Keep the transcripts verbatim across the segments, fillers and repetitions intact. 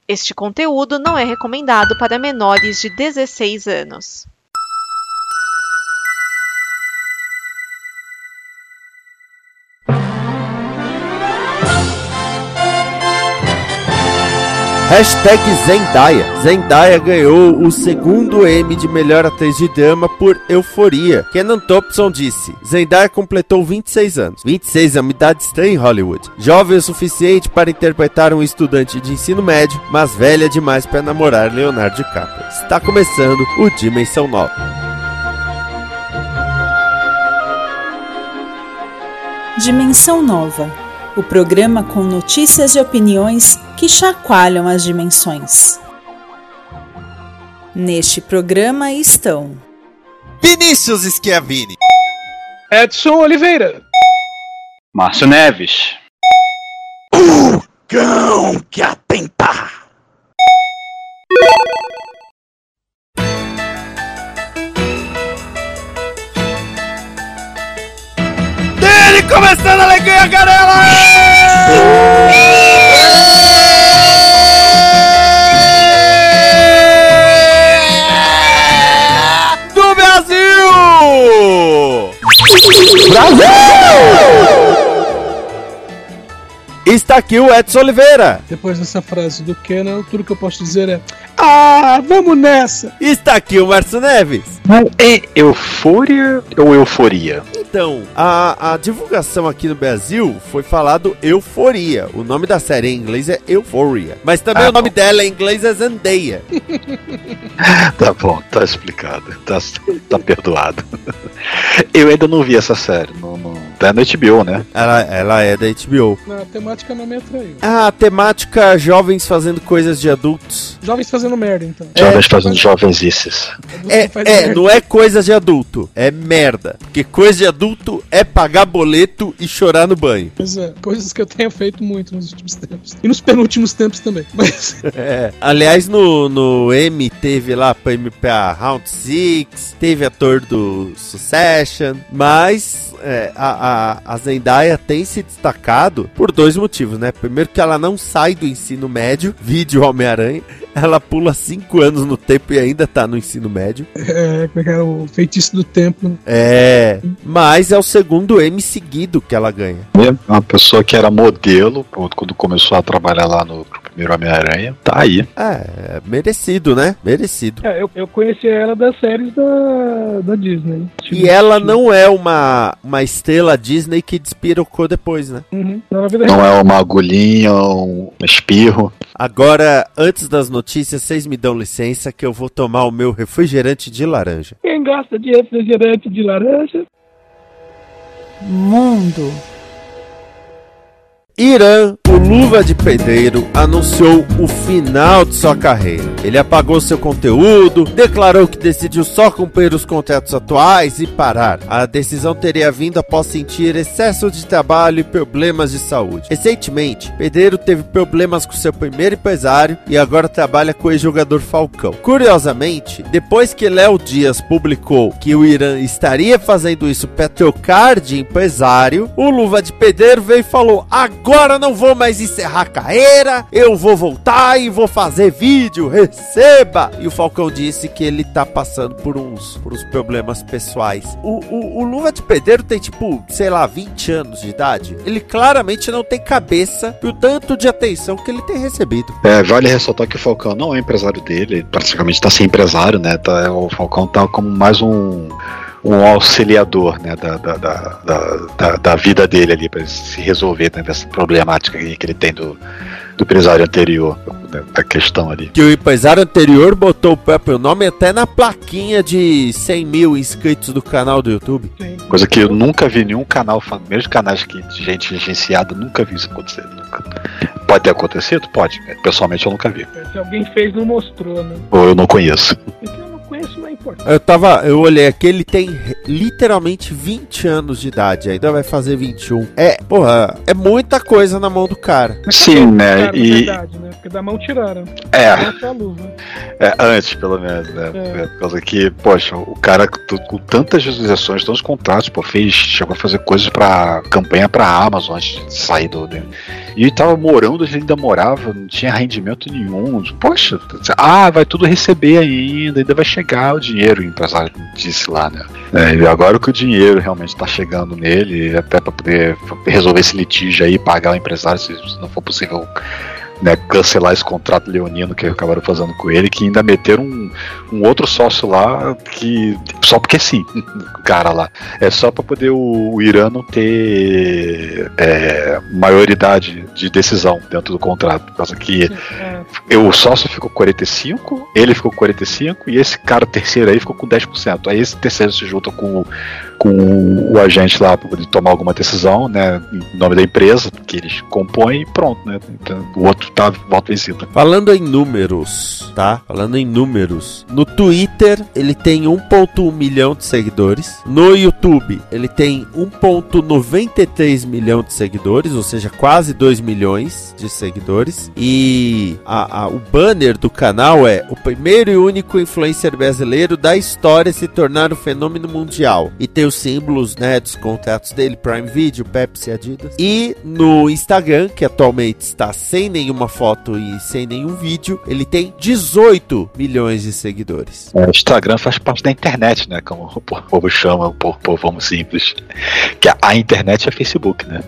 Este conteúdo não é recomendado para menores de dezesseis anos. Hashtag Zendaya. Zendaya ganhou o segundo Emmy de melhor atriz de drama por Euforia. Kenan Thompson disse: Zendaya completou vinte e seis anos. vinte e seis é uma idade estranha em Hollywood. Jovem o suficiente para interpretar um estudante de ensino médio, mas velha demais para namorar Leonardo DiCaprio. Está começando o Dimensão Nova. Dimensão Nova. O programa com notícias e opiniões que chacoalham as dimensões. Neste programa estão Vinícius Schiavini, Edson Oliveira, Márcio Neves, o cão que atentar. Dele começando a alegria, Garela! Do Brasil! Brasil! Está aqui o Edson Oliveira. Depois dessa frase do Kenan, tudo que eu posso dizer é: ah, vamos nessa! Está aqui o Márcio Neves. É Eufória ou Euforia? Então, a, a divulgação aqui no Brasil foi falado Euforia. O nome da série em inglês é Euphoria. Mas também ah, o nome bom. dela em inglês é Zendaya. Tá bom, tá explicado. Tá, tá perdoado. Eu ainda não vi essa série. Não, não... Tá na H B O, né? Ela, ela é da H B O. A temática não me atraiu. Ah, a temática jovens fazendo coisas de adultos. Jovens fazendo merda, então. Jovens é, fazendo jovensices. É, é não é coisa de adulto, é merda. Porque coisa de adulto é pagar boleto e chorar no banho. Pois é, coisas que eu tenho feito muito nos últimos tempos. E nos penúltimos tempos também. Mas... É. Aliás, no, no Emmy teve lá prêmio pra Round six, teve ator do Succession, mas é, a, a, a Zendaya tem se destacado por dois motivos, né? Primeiro que ela não sai do ensino médio, vídeo Homem-Aranha. Ela pula cinco anos no tempo e ainda tá no ensino médio. É, como é que é o feitiço do tempo. É, mas é o segundo Emmy seguido que ela ganha. Uma pessoa que era modelo, quando começou a trabalhar lá no primeiro Homem-Aranha, tá aí. É, merecido, né? Merecido. É, eu, eu conheci ela das séries da, da Disney. E ela não é uma, uma estrela Disney que despirocou depois, né? Uhum. Não, vida não é uma agulhinha, um espirro. Agora, antes das notícias, vocês me dão licença que eu vou tomar o meu refrigerante de laranja. Quem gosta de refrigerante de laranja? Mundo. Irã, o Luva de Pedreiro, anunciou o final de sua carreira. Ele apagou seu conteúdo, declarou que decidiu só cumprir os contratos atuais e parar. A decisão teria vindo após sentir excesso de trabalho e problemas de saúde. Recentemente, Pedreiro teve problemas com seu primeiro empresário e agora trabalha com o ex-jogador Falcão. Curiosamente, depois que Léo Dias publicou que o Irã estaria fazendo isso para trocar de empresário, o Luva de Pedreiro veio e falou: agora Agora não vou mais encerrar a carreira, eu vou voltar e vou fazer vídeo, receba! E o Falcão disse que ele tá passando por uns, por uns problemas pessoais. O, o, o Luva de Pedreiro tem tipo, sei lá, vinte anos de idade. Ele claramente não tem cabeça pro tanto de atenção que ele tem recebido. É, vale ressaltar que o Falcão não é empresário dele, ele praticamente tá sem empresário, né? Tá, o Falcão tá como mais um... um auxiliador, né, da, da, da, da, da vida dele ali, para se resolver, né, dessa problemática que ele tem do, do empresário anterior, né, da questão ali. Que o empresário anterior botou o próprio nome até na plaquinha de cem mil inscritos do canal do YouTube. Sim. Coisa que eu nunca vi nenhum canal, mesmo canais que, de gente agenciada, nunca vi isso acontecer. Nunca. Pode ter acontecido? Pode. Pessoalmente eu nunca vi. Se alguém fez, não mostrou, né? Ou eu não conheço. Conheço, não é importante. Eu tava, eu olhei aqui, ele tem literalmente vinte anos de idade, ainda vai fazer vinte e um. É, porra, é muita coisa na mão do cara. Sim, né? Cara, e verdade, né? Porque da mão tiraram. É. Só a luva. É, antes, pelo menos, né? É. Por causa que, poxa, o cara com tantas visualizações, tantos contratos, pô, fez, chegou a fazer coisas pra campanha pra Amazon antes de sair do. Né? E ele tava morando, ele ainda morava, não tinha rendimento nenhum. Poxa, ah, vai tudo receber ainda, ainda vai chegar o dinheiro, o empresário disse lá, né? É, e agora que o dinheiro realmente tá chegando nele, até pra poder resolver esse litígio aí, pagar o empresário, se não for possível. Né, cancelar esse contrato leonino que acabaram fazendo com ele, que ainda meteram um, um outro sócio lá, que só porque sim, o cara lá, é só para poder o, o Irã não ter é, maioridade de decisão dentro do contrato, por causa que é. o sócio ficou com quarenta e cinco, ele ficou com quarenta e cinco e esse cara terceiro aí ficou com dez por cento, aí esse terceiro se junta com, com o, o agente lá para poder tomar alguma decisão, né, em nome da empresa que eles compõem e pronto, né, então, o outro tá voto vencido. Falando em números, tá? Falando em números, no Twitter ele tem um vírgula um milhão de seguidores, no YouTube ele tem um vírgula noventa e três milhão de seguidores, ou seja, quase dois milhões de seguidores, e a, a, o banner do canal é o primeiro e único influencer brasileiro da história a se tornar um fenômeno mundial, e tem os símbolos, né, dos contratos dele, Prime Video, Pepsi, Adidas, e no Instagram, que atualmente está sem nenhuma foto e sem nenhum vídeo, ele tem dezoito milhões de seguidores. É, o Instagram faz parte da internet, né? Como o povo chama, o povo, povo simples. Que a, a internet é Facebook, né?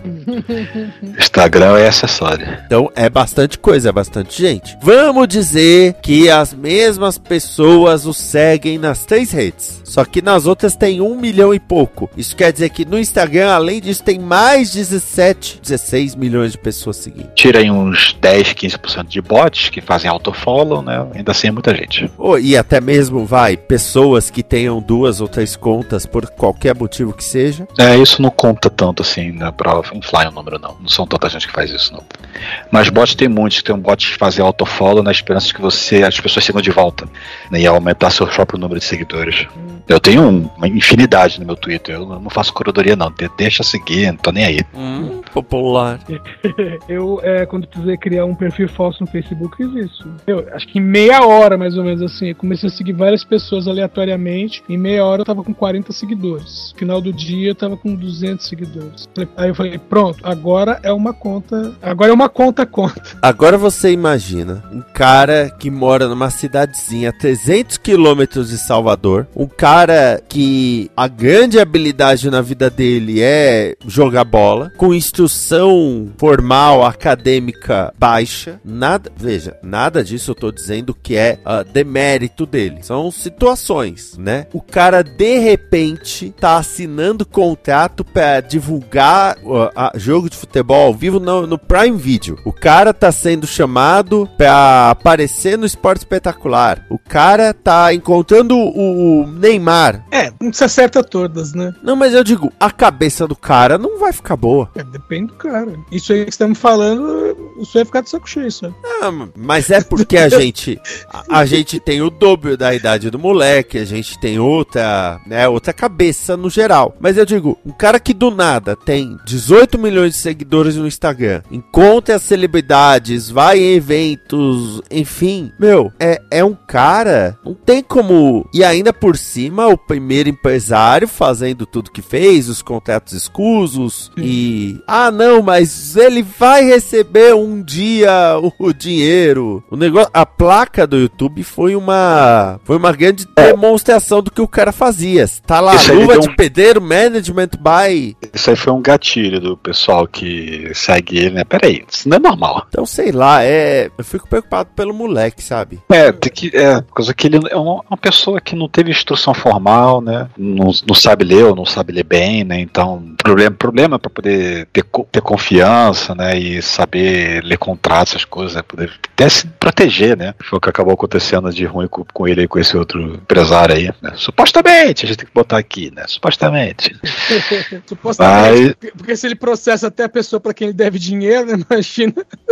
Instagram é acessório. Então é bastante coisa, é bastante gente. Vamos dizer que as mesmas pessoas o seguem nas três redes. Só que nas outras tem um milhão e pouco. Isso quer dizer que no Instagram, além disso, tem mais dezessete, dezesseis milhões de pessoas seguindo. Tira aí uns dez, quinze por cento de bots que fazem autofollow, né? Ainda assim é muita gente. Oh, e até mesmo, vai, pessoas que tenham duas ou três contas por qualquer motivo que seja. É, isso não conta tanto assim, né, pra inflar o número, não. Não são tanta gente que faz isso, não. Mas bots tem muitos, tem um bot que fazem autofollow na esperança de que você, as pessoas sigam de volta, né, e aumentar seu próprio número de seguidores. Eu tenho um, uma infinidade no meu Twitter, eu não faço curadoria não, deixa seguir, não tô nem aí. Hum, popular. Eu, é, quando precisei criar um perfil falso no Facebook, fiz isso. Eu acho que em meia hora, mais ou menos assim, eu comecei a seguir várias pessoas aleatoriamente, em meia hora eu tava com quarenta seguidores. No final do dia eu tava com duzentos seguidores. Aí eu falei, pronto, agora é uma conta, agora é uma conta conta. Agora você imagina um cara que mora numa cidadezinha a trezentos quilômetros de Salvador, um cara que a grande habilidade na vida dele é jogar bola, com instrução formal, acadêmica baixa, nada, veja, nada disso eu tô dizendo que é uh, demérito dele, são situações, né? O cara de repente tá assinando contrato para divulgar uh, uh, jogo de futebol ao vivo no, no Prime Video, o cara tá sendo chamado para aparecer no Esporte Espetacular, o cara tá encontrando o, o Neymar. É, não se acerta todas, né? Não, mas eu digo, a cabeça do cara não vai ficar boa. É, depende do cara. Isso aí que estamos falando, isso vai ficar de saco cheio, sabe? Não, mas é porque a gente a, a gente tem o dobro da idade do moleque, a gente tem outra, né, outra cabeça no geral. Mas eu digo, um cara que do nada tem dezoito milhões de seguidores no Instagram, encontra as celebridades, vai em eventos, enfim, meu, é, é um cara, não tem como, e ainda por cima, o primeiro empresário fazendo tudo que fez, os contratos escusos, e, ah não, mas ele vai receber um dia o, o dinheiro, o negócio, a placa do YouTube foi uma, foi uma grande demonstração do que o cara fazia, tá lá, luva de um... pedreiro, management by... Isso aí foi um gatilho do pessoal que segue ele, né, peraí, isso não é normal. Então, sei lá, é, eu fico preocupado pelo moleque, sabe? É, tem que, é, por causa que ele é uma, uma pessoa que não teve instrução formal, né, não, não sabe ler ou não sabe ler bem, né, então, problema, problema para poder ter, ter confiança, né, e saber ler contratos, essas coisas, né, poder até se proteger, né, foi o que acabou acontecendo de ruim com, com ele e com esse outro empresário aí, né, supostamente, a gente tem que botar aqui, né, supostamente. Supostamente, Mas... porque se ele processa até a pessoa para quem ele deve dinheiro, né, imagina.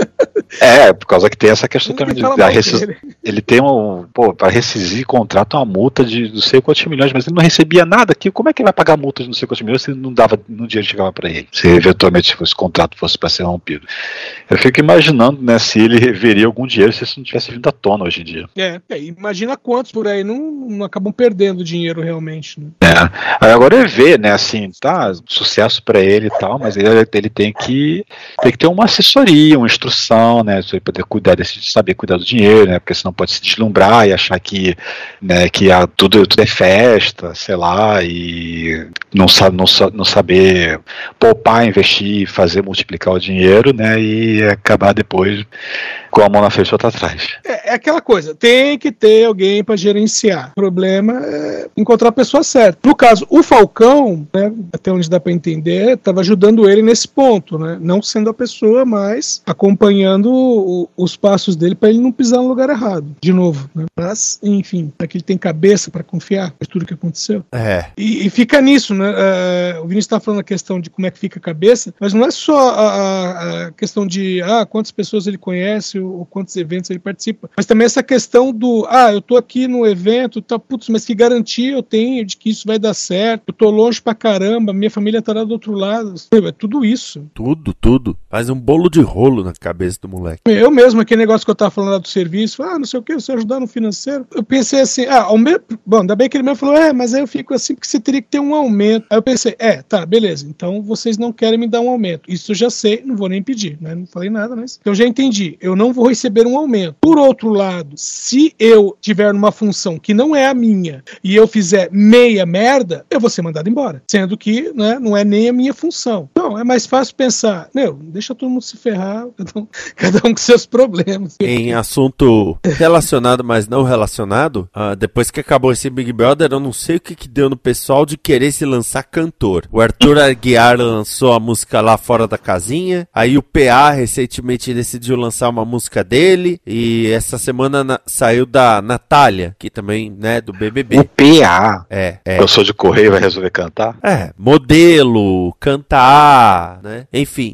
É, por causa que tem essa questão Ninguém também de, fala da mal rescis... dele. Ele tem um. Pô, para rescindir contrato, uma multa de não sei quantos milhões, mas ele não recebia nada aqui. Como é que ele vai pagar multa de não sei quantos milhões se não dava, no dinheiro chegava para ele? Se eventualmente esse contrato fosse para ser rompido. Eu fico imaginando, né, se ele reveria algum dinheiro se isso não tivesse vindo à tona hoje em dia. É, é, imagina quantos por aí não, não acabam perdendo dinheiro realmente, né? É. Aí agora é ver, né, assim, tá, sucesso para ele e tal, mas ele, ele tem que tem que ter uma assessoria, uma instrução, né, para poder cuidar desse, saber cuidar do dinheiro, né, porque senão pode se deslumbrar e achar que, né, que a, tudo, tudo é festa, sei lá, e não, não, não saber poupar, investir, fazer multiplicar o dinheiro, né, e acabar depois com a mão na frente e outra atrás. É, é aquela coisa, tem que ter alguém para gerenciar. O problema é encontrar a pessoa certa. No caso, o Falcão, né, até onde dá para entender, estava ajudando ele nesse ponto, né, não sendo a pessoa, mas acompanhando o, os passos dele para ele não pisar no lugar errado, de novo. Né? Mas, enfim, é que ele tem cabeça para confiar em tudo que aconteceu. É. E, e fica nisso, né? Uh, o Vinícius está falando a questão de como é que fica a cabeça, mas não é só a, a, a questão de ah, quantas pessoas ele conhece ou, ou quantos eventos ele participa, mas também essa questão do ah, eu tô aqui no evento, tá, putz, mas que garantia eu tenho de que isso vai dar certo? Eu tô longe pra caramba, minha família tá lá do outro lado. É tudo isso. Tudo, tudo. Faz um bolo de rolo na cabeça do moleque. Eu mesmo, aquele negócio que eu tava falando lá do serviço, ah, não sei o que, você ajudar no financeiro. Eu pensei assim, ah, ao mesmo... bom, ainda bem que ele mesmo falou, é, mas aí eu fico assim, porque você teria que ter um aumento. Aí eu pensei, é, tá, beleza, então vocês não querem me dar um aumento. Isso eu já sei, não vou nem pedir, né? Não falei nada, mas... Então eu já entendi, eu não vou receber um aumento. Por outro lado, se eu tiver numa função que não é a minha e eu fizer meia merda, eu vou ser mandado embora. Sendo que, né, não é nem a minha função. Então, é mais fácil pensar, meu, deixa todo mundo se ferrar, cada um, cada um com seus problemas. Em assunto relacionado, mas não relacionado, uh, depois que acabou esse Big Brother, eu não sei o que, que deu no pessoal de querer se lançar cantor. O Arthur Aguiar lançou a música Lá Fora da Casinha, aí o P A recentemente decidiu lançar uma música dele, e essa semana na, saiu da Natália, que também, né, do B B B. O P A? É, é. Eu sou de correio, vai resolver cantar? É, modelo, cantar, né, enfim.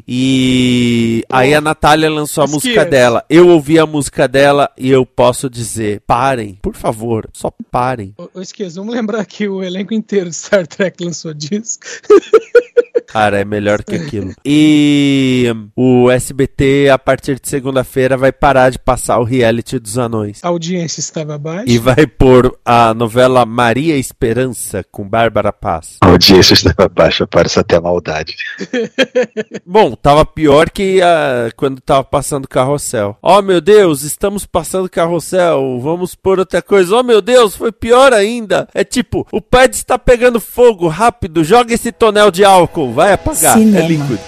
E aí a Natália lançou a música dela. Eu ouvi a música dela e eu posso dizer, parem, por favor, só parem. Ô, esqueça, vamos lembrar que o elenco inteiro de Star Trek lançou disco. Cara, é melhor que aquilo. E o S B T, a partir de segunda-feira, vai parar de passar o reality dos anões. A audiência estava baixa. E vai pôr a novela Maria Esperança, com Bárbara Paz. A audiência estava baixa, parece até maldade. Bom, tava pior que uh, quando tava passando Carrossel. Oh, meu Deus, estamos passando Carrossel, vamos pôr outra coisa. Oh, meu Deus, foi pior ainda. É tipo, o pad está pegando fogo, rápido, joga esse tonel de álcool, vai apagar, Cinema. É líquido.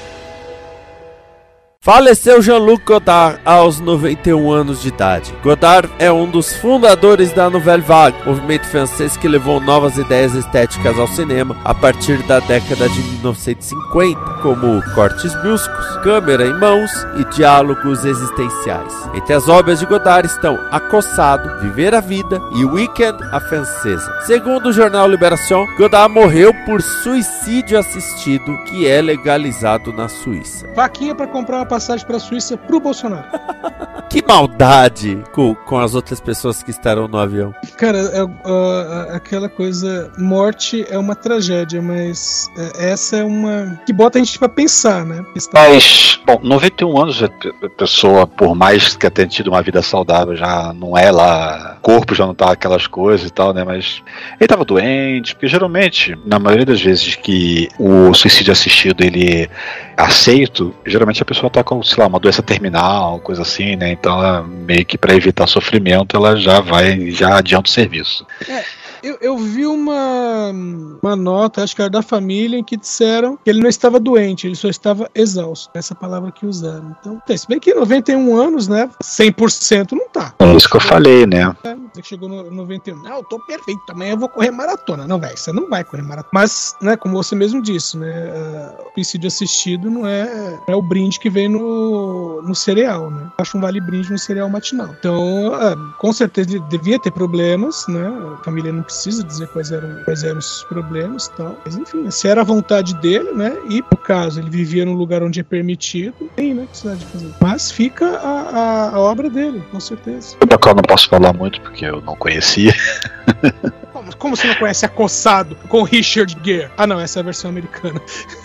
Faleceu Jean-Luc Godard aos noventa e um anos de idade. Godard é um dos fundadores da Nouvelle Vague, movimento francês que levou novas ideias estéticas ao cinema a partir da década de mil novecentos e cinquenta, como cortes bruscos, câmera em mãos e diálogos existenciais. Entre as obras de Godard estão Acossado, Viver a Vida e Weekend à Francesa. Segundo o jornal Libération, Godard morreu por suicídio assistido, que é legalizado na Suíça. Vaquinha para comprar uma passagem para a Suíça pro Bolsonaro. Que maldade com, com as outras pessoas que estarão no avião. Cara, é, é, aquela coisa, morte é uma tragédia, mas é, essa é uma que bota a gente pra pensar, né? Mas, bom, noventa e um anos, a pessoa, por mais que tenha tido uma vida saudável, já não é lá, o corpo já não tá aquelas coisas e tal, né? Mas ele tava doente, porque geralmente, na maioria das vezes que o suicídio assistido ele é aceito, geralmente a pessoa tá com, sei lá, uma doença terminal, coisa assim, né? Então, ela, meio que para evitar sofrimento, ela já vai, já adianta o serviço. É. Eu, eu vi uma, uma nota, acho que era da família, em que disseram que ele não estava doente, ele só estava exausto. Essa palavra que usaram. Então, se bem que noventa e um anos, né? cem por cento não tá. É isso que eu falei, né? que chegou no noventa e um. Não, eu tô perfeito, amanhã eu vou correr maratona. Não, velho, você não vai correr maratona. Mas, né, como você mesmo disse, né, uh, o suicídio assistido não é, não é o brinde que vem no, no cereal, né? Acho um vale brinde no cereal matinal. Então, uh, com certeza devia ter problemas, né? A família não precisa dizer quais eram, quais eram esses problemas e tal. Mas, enfim, se era a vontade dele, né? E, por caso, ele vivia num lugar onde é permitido, tem, né? Precisar de fazer. Mas fica a, a, a obra dele, com certeza. Da qual eu não posso falar muito, porque eu não conhecia. Como, como você não conhece Acossado com Richard Gere? Ah, não, essa é a versão americana.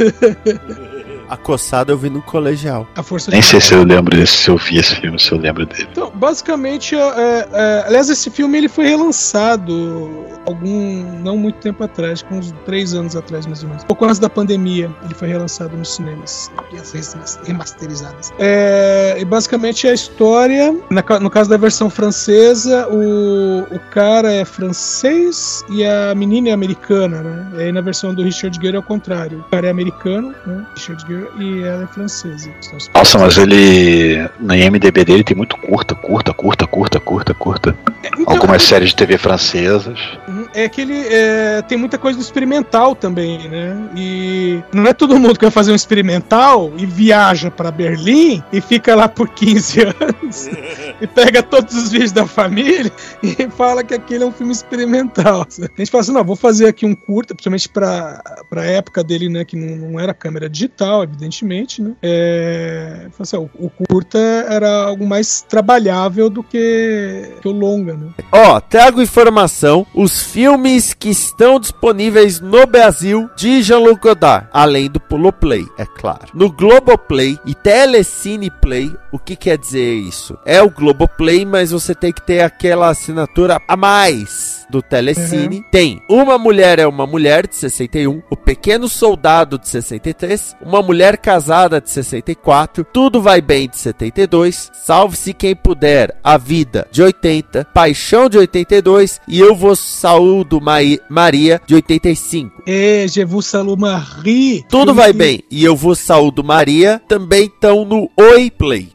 Acossado eu vi no colegial. A força Nem de sei se eu lembro desse, se eu vi esse filme, se eu lembro dele. Então, basicamente, é, é, aliás, esse filme ele foi relançado algum, não muito tempo atrás, com uns três anos atrás, mais ou menos. Pouco antes da pandemia, ele foi relançado nos cinemas. Remasterizadas. É, e basicamente a história, na, no caso da versão francesa, o, o cara é francês e a menina é americana, né? E aí na versão do Richard Gere é o contrário. O cara é americano, né? Richard Gere, e ela é francesa. Nossa, mas ele, na I M D B dele tem muito curta, curta, curta, curta, curta, curta. É, então, algumas séries de T V francesas. É que ele é, tem muita coisa do experimental também, né? E não é todo mundo que vai fazer um experimental e viaja pra Berlim e fica lá por quinze anos e pega todos os vídeos da família e fala que aquele é um filme experimental. A gente fala assim, não, vou fazer aqui um curta, principalmente pra, pra época dele, né? Que não, não era câmera digital, evidentemente, né? É, assim, o, o curta era algo mais trabalhável do que, que o longa, né? Ó, trago informação, os filmes que estão disponíveis no Brasil de Jean-Luc Godard, além do Puloplay, é claro. No Globoplay e Telecine Play, o que quer dizer isso? É o Globoplay, mas você tem que ter aquela assinatura a mais do Telecine. Uhum. Tem Uma Mulher é uma Mulher, de sessenta e um, O Pequeno Soldado, de sessenta e três, Uma Mulher Casada, de sessenta e quatro, Tudo Vai Bem, de setenta e dois, Salve-se Quem Puder, A Vida, de oitenta, Paixão, de oitenta e dois e Eu Vos Saúdo Maria, de oitenta e cinco. É, Je vous salue Marie. Tudo Vai Bem e Eu Vos Saúdo Maria também estão no Oi Play.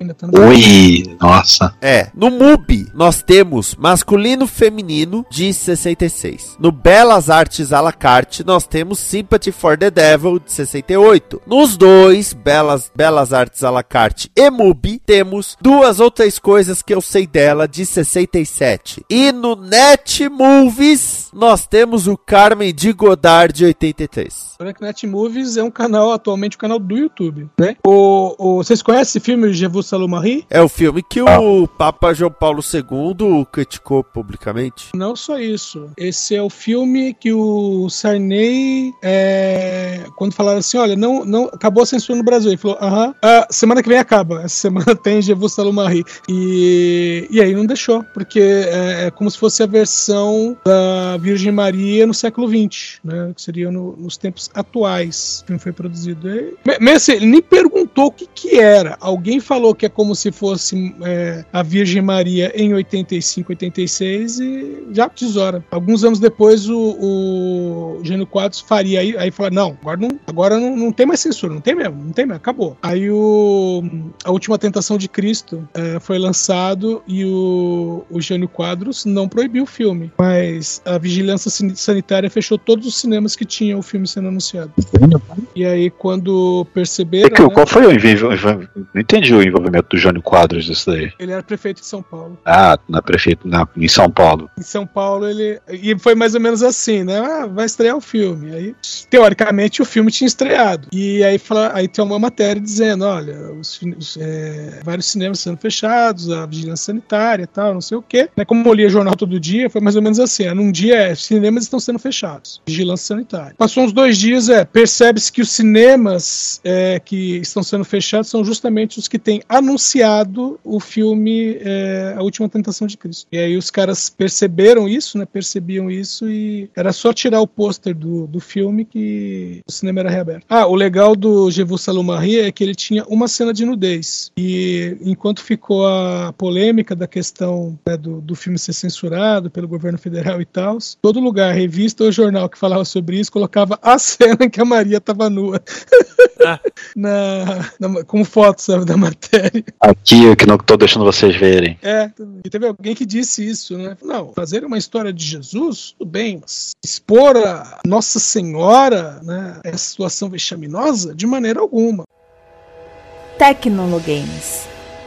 Oi, nossa. É, no MUBI nós temos Masculino Feminino, de sessenta e seis. No Belas Artes à la carte nós temos Sympathy for the Devil, de sessenta e oito. Nos dois, Belas, Belas Artes à la carte e MUBI, temos Duas ou Três Coisas que Eu Sei Dela, de sessenta e sete. E no Net Movies nós temos o Carmen de Godard, de oitenta e três. O Net Movies é um canal, atualmente um canal do YouTube, né? O, o, vocês conhecem esse filme, Je vous salue Marie? É o filme que o Papa João Paulo segundo criticou publicamente. Não só isso. Esse é o filme que o Sarney, é, quando falaram assim, olha, não, não, acabou a censura no Brasil, ele falou, aham, ah, semana que vem acaba, essa semana tem Je vous salue Marie. E, e aí não deixou, porque é, é como se fosse a versão da Virgem Maria no século vinte, né, que seria no, nos tempos atuais. O filme foi produzido. E, mas assim, ele nem perguntou o que que era. Alguém falou que é como se fosse é, a Virgem Maria em oitenta e cinco, oitenta e seis e já tesoura. Alguns anos depois o, o Jânio Quadros faria aí, aí fala, não, agora, não, agora não, não tem mais censura, não tem mesmo, não tem mesmo, acabou. Aí o A Última Tentação de Cristo é, foi lançado e o, o Jânio Quadros não proibiu o filme, mas a vigilância sanitária fechou todos os cinemas que tinham o filme sendo anunciado. E aí quando perceberam... É que, né, qual foi o envolvimento? Não entendi o envolvimento do Jânio Quadros disso daí. Ele era prefeito de São Paulo. Ah, na prefeito, na, em São Paulo. Em São Paulo ele... E foi mais ou menos assim, né? Ah, vai estrear o filme. Aí, teoricamente, o filme tinha estreado. E aí, fala, aí tem uma matéria dizendo, olha, os, os, é, vários cinemas sendo fechados, a vigilância sanitária e tal, não sei o quê. Né? Como eu lia jornal todo dia, foi mais ou menos assim. Num dia, é, cinemas estão sendo fechados. Vigilância sanitária. Passou uns dois dias, é, percebe-se que os cinemas é, que estão sendo fechados são justamente os que têm anunciado o filme é, A Última Tentação de Cristo. E aí os caras perceberam isso, né? Percebiam isso e era só tirar o pôster do, do filme que o cinema câmera reaberta. Ah, o legal do Je vous salue Marie é que ele tinha uma cena de nudez. E enquanto ficou a polêmica da questão, né, do, do filme ser censurado pelo governo federal e tal, todo lugar, revista ou jornal que falava sobre isso, colocava a cena em que a Maria estava nua. Ah. na, na, como foto, sabe, da matéria. Aqui, que não estou deixando vocês verem. É, e teve alguém que disse isso, né? Não, fazer uma história de Jesus, tudo bem, mas expor a Nossa Senhora, né, essa situação vexaminosa, de maneira alguma. Tecnologames.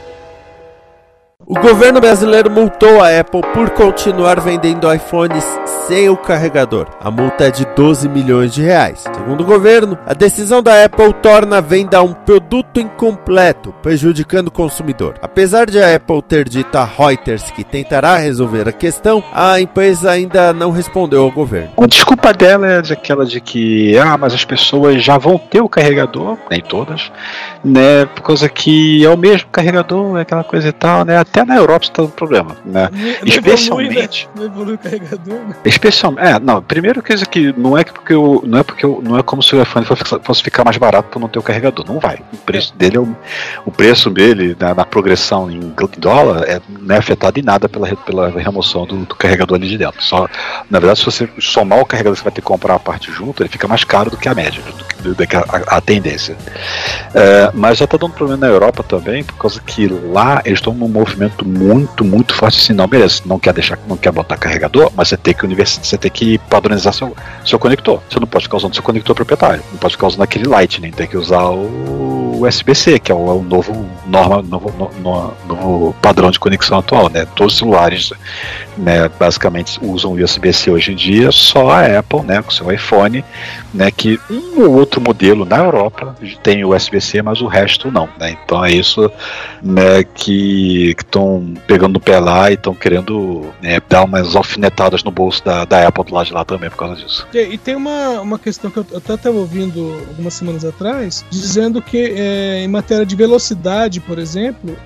O governo brasileiro multou a Apple por continuar vendendo iPhones sem o carregador. A multa é de doze milhões de reais. Segundo o governo, a decisão da Apple torna a venda um produto incompleto, prejudicando o consumidor. Apesar de a Apple ter dito a Reuters que tentará resolver a questão, a empresa ainda não respondeu ao governo. A desculpa dela é aquela de que, ah, mas as pessoas já vão ter o carregador, nem todas, né, por causa que é o mesmo carregador, é aquela coisa e tal, né, até na Europa está um problema, né, não especialmente... Não evolui o carregador, né? Especialmente, é, não, primeiro coisa que não é porque eu, não é porque eu, não é como se o iPhone fosse ficar mais barato por não ter o carregador, não vai. O preço é. dele é o, o preço dele na, na progressão em dólar é, não é afetado em nada pela, pela remoção do, do carregador ali de dentro. Só, na verdade, se você somar o carregador, você vai ter que comprar a parte junto, ele fica mais caro do que a média, do que, do, do que a, a, a tendência. É, mas já está dando problema na Europa também, por causa que lá eles estão num movimento muito, muito forte assim, não, beleza, não quer deixar, não quer botar carregador, mas você tem que Você tem que padronizar seu, seu conector. Você não pode ficar usando seu conector proprietário. Não pode ficar usando aquele Lightning. Tem que usar o U S B C, que é o, é o novo, norma, novo, no, no, novo padrão de conexão atual, né? Todos os celulares, né, basicamente usam o U S B C hoje em dia. Só a Apple, né, com seu iPhone, né, que um ou outro modelo na Europa tem o U S B C, mas o resto não, né? Então é isso, né, que estão pegando no pé lá e estão querendo, né, dar umas alfinetadas no bolso da, da Apple do lado de lá também por causa disso. E, e tem uma, uma questão que eu até estava ouvindo algumas semanas atrás, dizendo que é, em matéria de velocidade, por exemplo,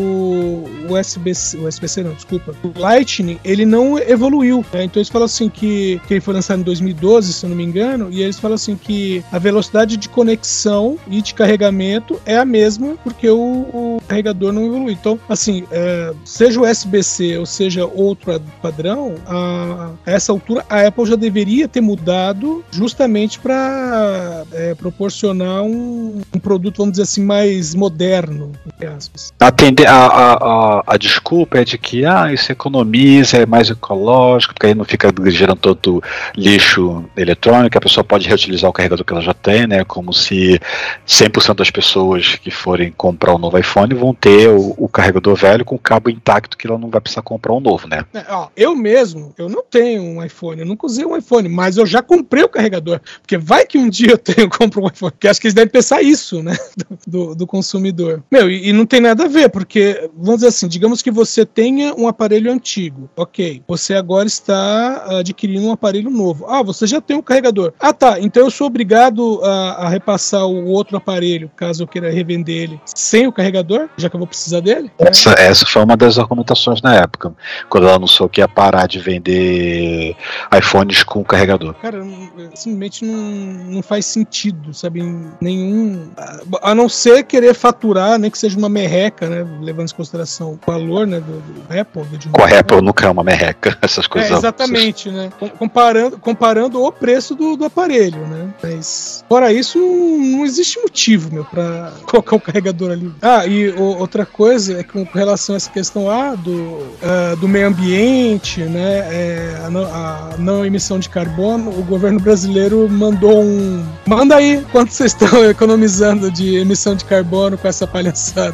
o, o U S B C, o U S B C não, desculpa, o Lightning, ele não evoluiu, né? Então eles falam assim que, que ele foi lançado em dois mil e doze, se eu não me engano, e eles falam assim que a velocidade de conexão e de carregamento é a mesma, porque o, o carregador não evoluiu. Então, assim, é, seja o U S B C ou seja outro padrão, a a essa altura a Apple já deveria ter mudado justamente para é, proporcionar um, um produto, vamos dizer assim, mais moderno, entre aspas. A, a, a, a desculpa é de que ah, isso economiza, é mais ecológico, porque aí não fica gerando todo lixo eletrônico, a pessoa pode reutilizar o carregador que ela já tem, né? Como se cem por cento das pessoas que forem comprar um novo iPhone vão ter o, o carregador velho com o cabo intacto, que ela não vai precisar comprar um novo, né? É, ó, eu mesmo, eu não tenho um iPhone, eu nunca usei um iPhone, mas eu já comprei o carregador, porque vai que um dia eu tenho, eu compro um iPhone, porque acho que eles devem pensar isso, né, do, do, do consumidor. Meu, e, e não tem nada a ver, porque, vamos dizer assim, digamos que você tenha um aparelho antigo, ok, você agora está adquirindo um aparelho novo, ah, você já tem um carregador, ah tá, então eu sou obrigado a, a repassar o outro aparelho, caso eu queira revender ele, sem o carregador, já que eu vou precisar dele? Essa, essa foi uma das argumentações na época, quando ela anunciou que ia parar de vender iPhones com carregador. Cara, simplesmente não, não faz sentido, sabe? Nenhum. A não ser querer faturar, nem que seja uma merreca, né? Levando em consideração o valor, né? Do, do Apple. Do com a Apple nunca é uma merreca, essas coisas. É, exatamente, né? Comparando, comparando o preço do, do aparelho, né? Mas, fora isso, não, não existe motivo, meu, pra colocar o carregador ali. Ah, e o, outra coisa é que com relação a essa questão ah, do, uh, do meio ambiente, né? É, a, a não emissão de carbono, o governo brasileiro mandou um... Manda aí quanto vocês estão economizando de emissão de carbono com essa palhaçada.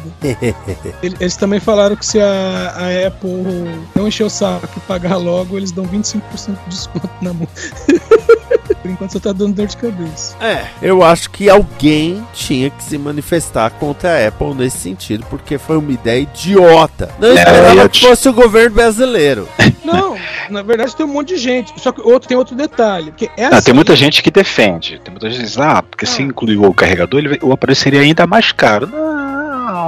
Eles também falaram que se a, a Apple não encher o saco e pagar logo, eles dão vinte e cinco por cento de desconto na multa. Por enquanto só tá dando dor de cabeça. É, eu acho que alguém tinha que se manifestar contra a Apple nesse sentido, porque foi uma ideia idiota. Não esperava é, que fosse o governo brasileiro. Não, na verdade tem um monte de gente. Só que outro, tem outro detalhe. Porque essa não, tem muita gente que defende. Tem muita gente que diz, ah, porque ah. se incluir o carregador, ele, o aparelho seria ainda mais caro. Não,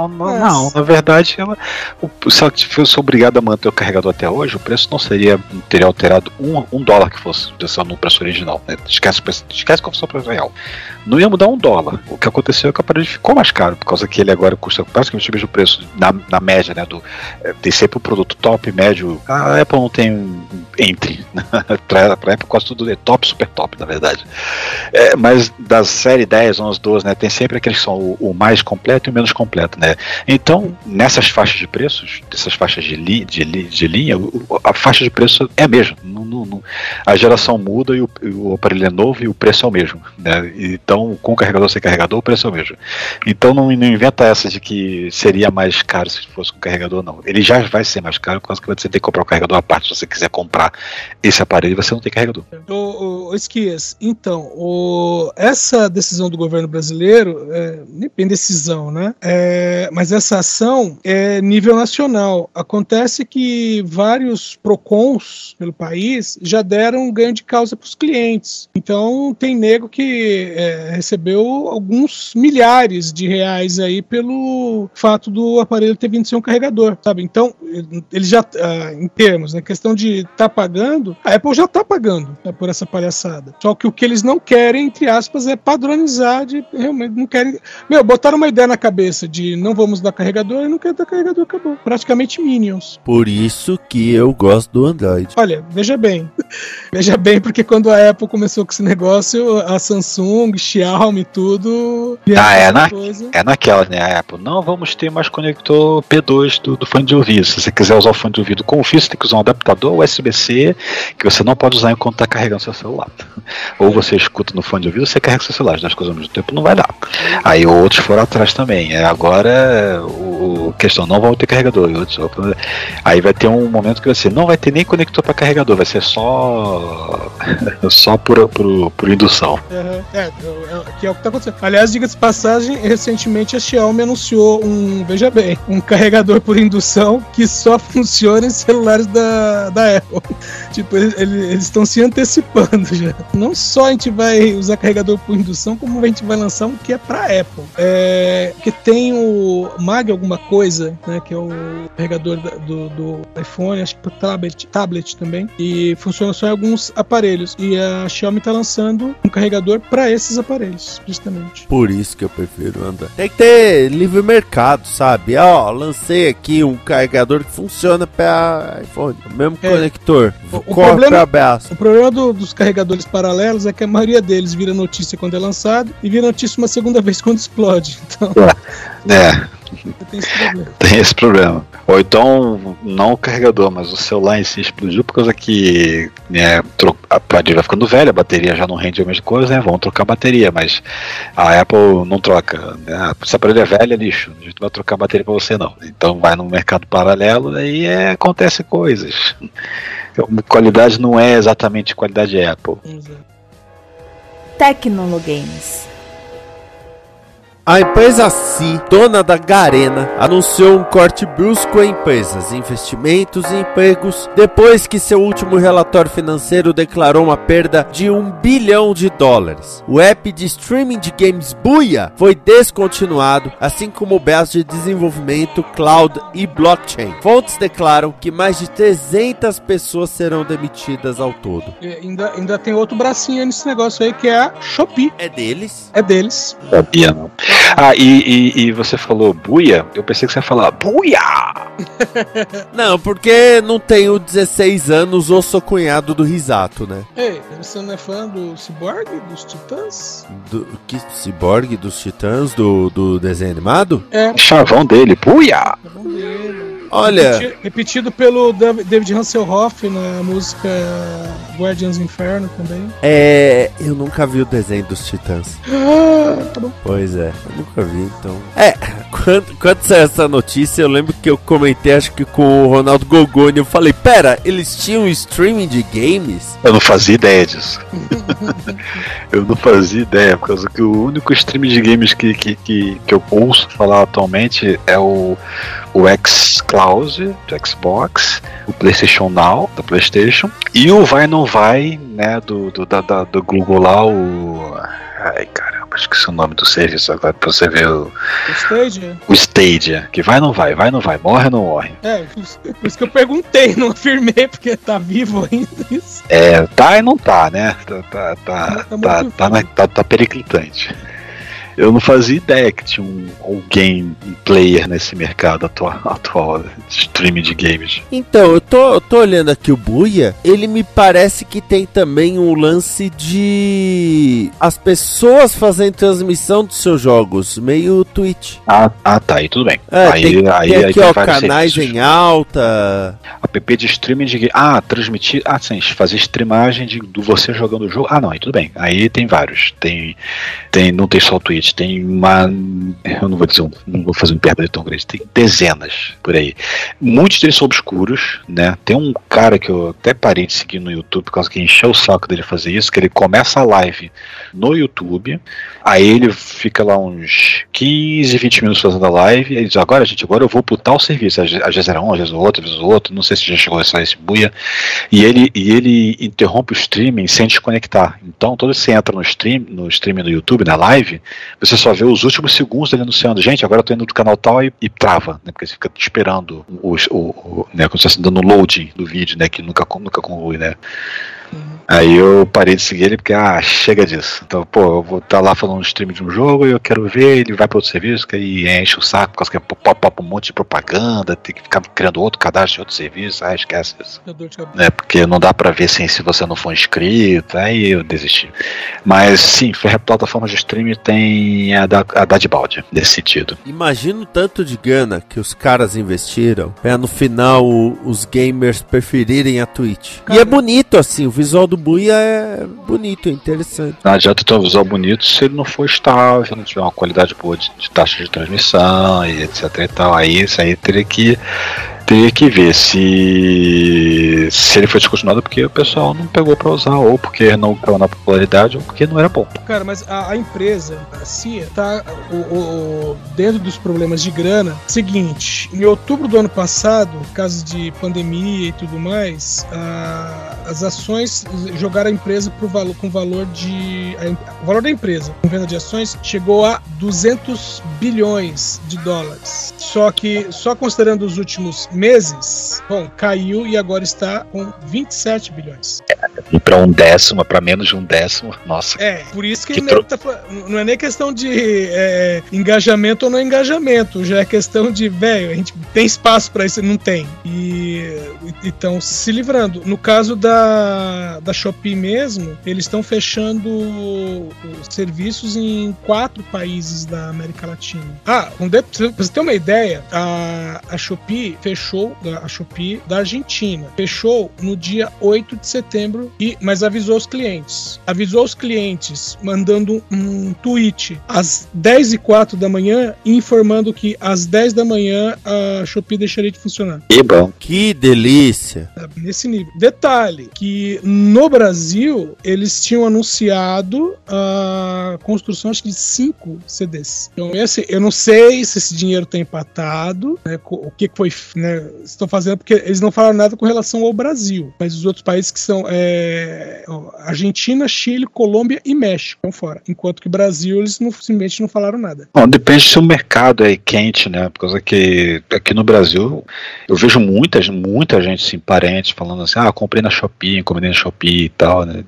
Não, não, não, na verdade, ela, o, se ela fosse obrigada a manter o carregador até hoje, o preço não seria, teria alterado um, um dólar que fosse no preço original, né? Esquece, esquece qual foi o preço real. Não ia mudar um dólar. O que aconteceu é que o aparelho ficou mais caro, por causa que ele agora custa praticamente o mesmo preço na, na média, né? Do, tem sempre o produto top, médio. A Apple não tem um entre. pra, pra Apple quase tudo é top, super top, na verdade. É, mas das série dez, onze, doze, né? Tem sempre aqueles que são o, o mais completo e o menos completo, né? Então, nessas faixas de preços, dessas faixas de, li, de, li, de linha, a faixa de preço é a mesma. Não, não, não, a geração muda e o, o aparelho é novo e o preço é o mesmo, né? Então, com carregador sem carregador, o preço é o mesmo. Então, não, não inventa essa de que seria mais caro se fosse com carregador, não. Ele já vai ser mais caro, por causa que você tem que comprar o carregador à parte. Se você quiser comprar esse aparelho, você não tem carregador. Ô, ô, Esquias, então, o, essa decisão do governo brasileiro, é, nem bem decisão, né? É, mas essa ação é nível nacional. Acontece que vários PROCONs pelo país já deram um ganho de causa para os clientes. Então, tem nego que é, recebeu alguns milhares de reais aí pelo fato do aparelho ter vindo ser um carregador, sabe? Então, ele já, ah, em termos, na né, questão de estar tá pagando, a Apple já está pagando, né, por essa palhaçada. Só que o que eles não querem, entre aspas, é padronizar, de realmente não querem. Meu, botaram uma ideia na cabeça de não vamos dar carregador e não quer dar carregador, acabou. Praticamente Minions. Por isso que eu gosto do Android. Olha, veja bem. Veja bem, porque quando a Apple começou com esse negócio, a Samsung, Xiaomi, tudo. Ah, é, na, é naquela, né? A Apple, não vamos ter mais conector P dois do, do fone de ouvido. Se você quiser usar o fone de ouvido com o fio, você tem que usar um adaptador U S B C que você não pode usar enquanto está carregando seu celular. Ou você escuta no fone de ouvido, você carrega seu celular. As duas coisas ao mesmo tempo não vai dar. Aí outros foram atrás também. Agora, o, o questão, não vão ter carregador. Aí vai ter um momento que você não vai ter nem conector para carregador, vai ser só só por, por, por indução. Uhum. É, que é o que está acontecendo. Aliás, diga-se de passagem, recentemente a Xiaomi anunciou um, veja bem, um carregador por indução que só funciona em celulares da, da Apple. Tipo, eles estão se antecipando já. Não só a gente vai usar carregador por indução, como a gente vai lançar um que é para Apple. É, que tem o Mag alguma coisa, né, que é o carregador da, do, do iPhone, acho que para tablet, tablet também, e funciona só em alguns aparelhos. E a Xiaomi está lançando um carregador para esses aparelhos, justamente. Por isso que eu prefiro andar. Tem que ter livre mercado, sabe? Ó, lancei aqui um carregador que funciona para iPhone, o mesmo é. conector. O, o problema, o problema do, dos carregadores paralelos é que a maioria deles vira notícia quando é lançado e vira notícia uma segunda vez quando explode. Então, é. Tem esse problema. Tem esse problema. Ou então, não o carregador, mas o celular em si explodiu por causa que, né, a bateria vai ficando velha, a bateria já não rende a mesma coisa, né? Vão trocar a bateria, mas a Apple não troca. Né? Se a aparelho é velha, é lixo. A gente não vai trocar a bateria pra você, não. Então vai no mercado paralelo e é, acontece coisas. Qualidade não é exatamente qualidade Apple. Tecnologames. A empresa C I, dona da Garena, anunciou um corte brusco em empresas, investimentos e empregos depois que seu último relatório financeiro declarou uma perda de um bilhão de dólares. O app de streaming de games Booyah foi descontinuado, assim como o braço de desenvolvimento, cloud e blockchain. Fontes declaram que mais de trezentas pessoas serão demitidas ao todo. E ainda, ainda tem outro bracinho nesse negócio aí que é a Shopee. É deles? É deles. Sabia, não. Ah, e, e, e você falou buia? Eu pensei que você ia falar buia! Não, porque não tenho dezesseis anos ou sou cunhado do Risato, né? Ei, você não é fã do Cyborg, dos Titãs? Do que? Cyborg, dos Titãs, do, do desenho animado? É. Chavão dele, buia! Chavão dele. Olha... Repetido, repetido pelo David Hasselhoff na música Guardians Inferno também. É... Eu nunca vi o desenho dos Titãs. Ah, tá bom. Pois é, eu nunca vi, então... É, quando, quando saiu essa notícia, eu lembro que eu comentei, acho que com o Ronaldo Gogoni, eu falei, pera, eles tinham streaming de games? Eu não fazia ideia disso. Eu não fazia ideia, por causa que o único streaming de games que, que, que, que eu ouço falar atualmente é o, o xCloud do Xbox, o PlayStation Now da PlayStation e o Vai Não Vai, né, do, do, da, da, do Google lá, o... Ai, caramba, esqueci o nome do serviço agora, pra você ver o... O Stadia? O Stadia, que vai ou não vai, vai ou não vai, morre ou não morre. É, por isso que eu perguntei, não afirmei, porque tá vivo ainda isso. É, tá e não tá, né? Tá, tá, tá, Tá tá, muito tá, na- tá, tá periclitante. Eu não fazia ideia que tinha um, alguém, um player nesse mercado atual, atual de streaming de games. Então, eu tô, eu tô olhando aqui o Buia, ele me parece que tem também um lance de as pessoas fazendo transmissão dos seus jogos, meio Twitch. Ah, ah tá, aí tudo bem. É, aí, tem, aí, tem aí aqui, tem ó, vários canais serviços. em alta. App de streaming de game. Ah, transmitir. Ah, sim, fazer streamagem de, do você jogando o jogo. Ah, não, aí tudo bem. Aí tem vários. Tem, tem, não tem só o Twitch, tem uma. Eu não vou dizer, um, não vou fazer um hipérbole tão grande. Tem dezenas por aí. Muitos deles são obscuros, né? Tem um cara que eu até parei de seguir no YouTube por causa que encheu o saco dele fazer isso, que ele começa a live no YouTube, aí ele fica lá uns quinze, vinte minutos fazendo a live, e ele diz, agora, gente, agora eu vou pro tal serviço. Às vezes era um, às vezes o outro, às vezes o outro, não sei se já chegou a sair esse buia. E ele, e ele interrompe o streaming sem desconectar. Então, todo você entra no stream, no streaming do YouTube, na live, você só vê os últimos segundos dele anunciando, gente, agora eu tô indo do canal tal e, e trava, né? Porque você fica esperando o, o, o, né, como se estivesse dando loading do vídeo, né? Que nunca, nunca conclui, né? Aí eu parei de seguir ele porque, ah, chega disso. Então, pô, eu vou estar lá falando no stream de um jogo e eu quero ver, ele vai para outro serviço, que aí enche o saco, por causa que é pop-up um monte de propaganda, tem que ficar criando outro cadastro de outro serviço, ah, esquece isso. É, porque não dá pra ver sem, se você não for inscrito, aí eu desisti. Mas sim, plataformas de streaming tem a da, a da de balde, nesse sentido. Imagina o tanto de grana que os caras investiram pra no final o, os gamers preferirem a Twitch. E é bonito assim, o visual do Buia é bonito, é interessante. Não adianta ter um visual bonito se ele não for estável, não tiver uma qualidade boa de, de taxa de transmissão e etc e tal. Aí isso aí teria que teria que ver se se ele foi descontinuado porque o pessoal não pegou pra usar, ou porque não caiu na popularidade, ou porque não era bom. Cara, mas a, a empresa, a C I A, tá o, o, o, dentro dos problemas de grana. Seguinte, em outubro do ano passado, por causa de pandemia e tudo mais, a, as ações jogaram a empresa pro valor, com valor de... A, o valor da empresa, com venda de ações, chegou a duzentos bilhões de dólares. Só que, só considerando os últimos meses, bom, caiu e agora está com vinte e sete bilhões. E para um décimo, para menos de um décimo, nossa. É, por isso que, que ele tro... tá, não é nem questão de é, engajamento ou não engajamento, já é questão de, velho, a gente tem espaço para isso, não tem. E então se livrando. No caso da, da Shopee mesmo, eles estão fechando os serviços em quatro países da América Latina. Ah, pra você ter uma ideia, a, a Shopee fechou a Shopee da Argentina. Fechou no dia oito de setembro, e, mas avisou os clientes. Avisou os clientes mandando um tweet às dez e quatro da manhã, informando que às dez da manhã a Shopee deixaria de funcionar. Que bom. Que delícia. Nesse nível. Detalhe, que no Brasil eles tinham anunciado a construção, acho que de cinco C Ds. Então, assim, eu não sei se esse dinheiro está empatado, né, o que foi, né, estão fazendo, porque eles não falaram nada com relação ao Brasil, mas os outros países que são é, Argentina, Chile, Colômbia e México estão fora, enquanto que o Brasil eles não, simplesmente não falaram nada. Bom, depende se o mercado é quente, né, por causa que aqui no Brasil eu vejo muita, muita gente, assim, parentes falando assim, ah, comprei na Shopee, encomendei na Shopee e tal, né,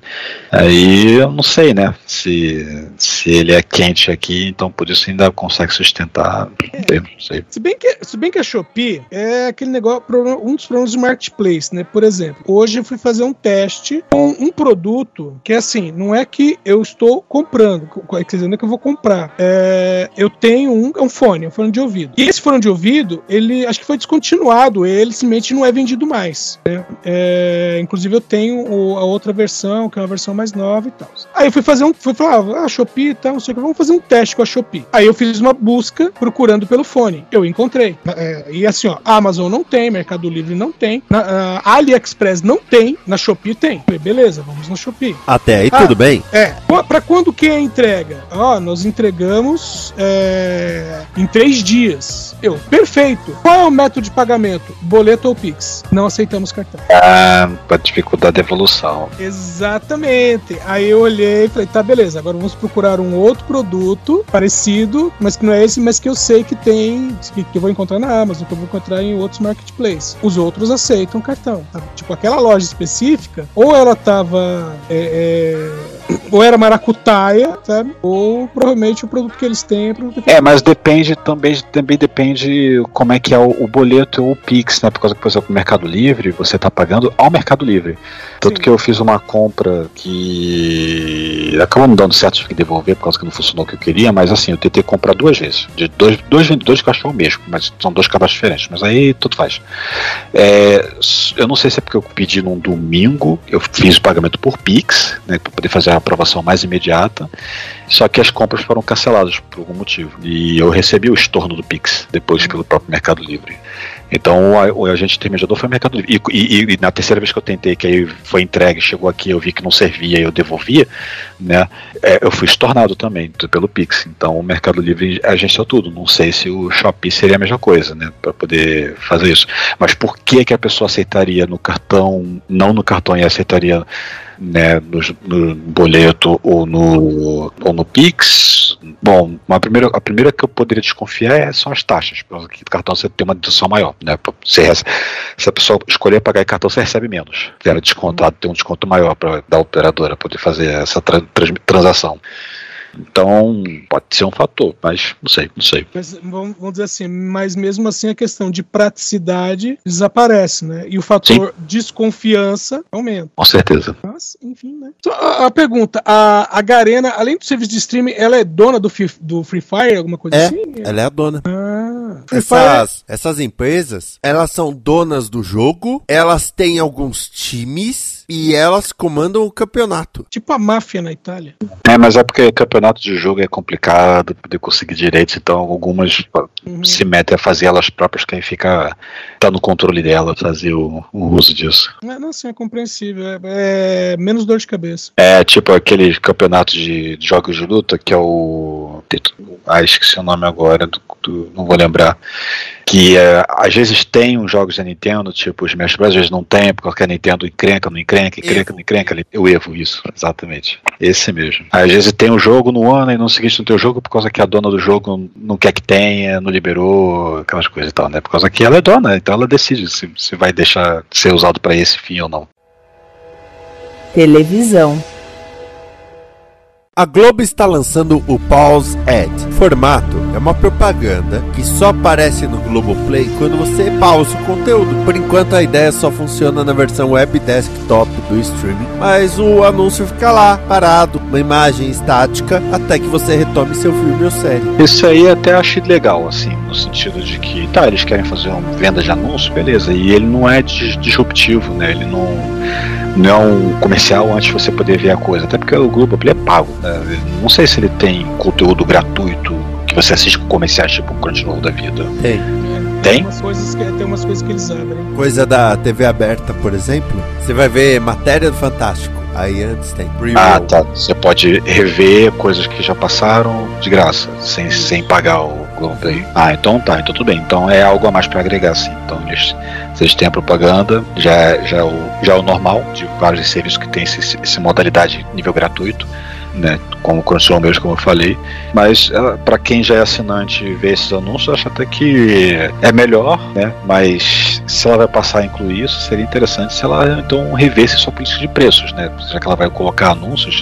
aí eu não sei, né, se, se ele é quente aqui, então por isso ainda consegue sustentar, é. Eu não sei. Se bem que, se bem que a Shopee é aquele negócio, um dos problemas do marketplace, né? Por exemplo, hoje eu fui fazer um teste com um produto que, assim, não é que eu estou comprando, quer dizer, não é que eu vou comprar. É, eu tenho um, um fone, um fone de ouvido. E esse fone de ouvido, ele acho que foi descontinuado, ele simplesmente não é vendido mais. Né? É, inclusive eu tenho o, a outra versão, que é uma versão mais nova e tal. Aí eu fui fazer um, fui falar, ah, Shopee e tal, não sei o que, vamos fazer um teste com a Shopee. Aí eu fiz uma busca procurando pelo fone. Eu encontrei. É, e assim, ó, a Amazon não tem, Mercado Livre não tem, na, a AliExpress não tem, na Shopee tem. Falei, beleza, vamos na Shopee. Até aí ah, tudo bem? É. Pra quando que é a entrega? Ó, nós entregamos é, em três dias. Eu, perfeito. Qual é o método de pagamento? Boleto ou Pix? Não aceitamos cartão. Ah, pra dificuldade da evolução. Exatamente. Aí eu olhei e falei, tá, beleza, agora vamos procurar um outro produto parecido, mas que não é esse, mas que eu sei que tem, que, que eu vou encontrar na Amazon, que eu vou encontrar em outros marketplaces. Os outros aceitam cartão. Tá? Tipo, aquela loja específica, ou ela tava... É, é, ou era maracutaia, sabe? Ou provavelmente o produto que eles têm é produto que É, mas depende também, também depende como é que é o, o boleto ou o Pix, né? Por causa que, por exemplo, o Mercado Livre, você tá pagando ao Mercado Livre. Tanto Sim. que eu fiz uma compra que acabou não dando certo, tive que devolver por causa que não funcionou o que eu queria, mas assim, eu tentei comprar duas vezes. De dois, dois vendedores que eu acho que é o mesmo, mas são dois cadastros diferentes, mas aí tudo faz. É, eu não sei se é porque eu pedi num domingo, eu fiz o pagamento por Pix, né? Pra poder fazer a aprovação mais imediata. Só que as compras foram canceladas por algum motivo. E eu recebi o estorno do Pix depois pelo próprio Mercado Livre. Então o agente intermediador foi o Mercado Livre. E, e, e na terceira vez que eu tentei, que aí foi entregue, chegou aqui, eu vi que não servia e eu devolvia, né? É, eu fui estornado também pelo Pix. Então o Mercado Livre agenciou tudo. Não sei se o Shopee seria a mesma coisa, né? Para poder fazer isso. Mas por que, que a pessoa aceitaria no cartão, não no cartão e aceitaria, né, no, no boleto ou no, ou no Pix? Bom, a primeira, a primeira que eu poderia desconfiar é, são as taxas, porque no cartão você tem uma dedução maior, né? Você recebe, se a pessoa escolher pagar em cartão, você recebe menos. Era descontado, tem um desconto maior para da operadora poder fazer essa tra, trans, transação. Então, pode ser um fator, mas não sei, não sei. Mas vamos, vamos dizer assim, mas mesmo assim a questão de praticidade desaparece, né? E o fator Sim. desconfiança aumenta. Com certeza. Mas, enfim, né? Então, a, a pergunta, a, a Garena, além do serviço de streaming, ela é dona do, do Free Fire, alguma coisa é, assim? Ela é a dona. Ah, essas, essas empresas, elas são donas do jogo, elas têm alguns times e elas comandam o campeonato. Tipo a máfia na Itália. É, mas é porque campeonato de jogo é complicado poder conseguir direitos, então algumas uhum. se metem a fazer elas próprias, quem fica tá no controle dela, fazer o, o uso disso. É, não, sim, é compreensível. É, é menos dor de cabeça. É, tipo aquele campeonato de, de jogos de luta, que é o... Ah, esqueci o nome agora, do, do, não vou lembrar. Que é, às vezes tem os jogos da Nintendo, tipo os Smash Bros, às vezes não tem, porque a Nintendo encrenca, não encrenca, encrenca, não encrenca. O Evo, isso, exatamente. Esse mesmo. Às vezes tem um jogo no ano e no seguinte não tem o jogo por causa que a dona do jogo não quer que tenha, não liberou, aquelas coisas e tal, né? Por causa que ela é dona, então ela decide se, se vai deixar ser usado para esse fim ou não. Televisão. A Globo está lançando o Pause Ad. O formato é uma propaganda que só aparece no Globoplay quando você pausa o conteúdo. Por enquanto a ideia só funciona na versão web desktop do streaming, mas o anúncio fica lá, parado, uma imagem estática, até que você retome seu filme ou série. Isso aí até achei legal, assim, no sentido de que, tá, eles querem fazer uma venda de anúncio, beleza, e ele não é disruptivo, né, ele não... não é um comercial antes de você poder ver a coisa, até porque o Globoplay é pago, né? Não sei se ele tem conteúdo gratuito que você assiste com comerciais tipo o Crunchyroll da vida. Tem. Tem? Tem umas coisas que, tem umas coisas que eles abrem. Coisa da T V aberta, por exemplo, você vai ver matéria do Fantástico. Aí antes tem preview. Ah, tá. Você pode rever coisas que já passaram de graça, sem, sem pagar o Globoplay. Ah, então tá, então tudo bem. Então é algo a mais pra agregar, sim. Então eles, vocês têm a propaganda, já, já, é o, já é o normal de vários serviços que tem esse, essa modalidade nível gratuito, né, como o Crunchyroll mesmo, como eu falei, mas para quem já é assinante e vê esses anúncios, eu acho até que é melhor, né, mas se ela vai passar a incluir isso, seria interessante se ela então revesse sua política de preços, né, já que ela vai colocar anúncios,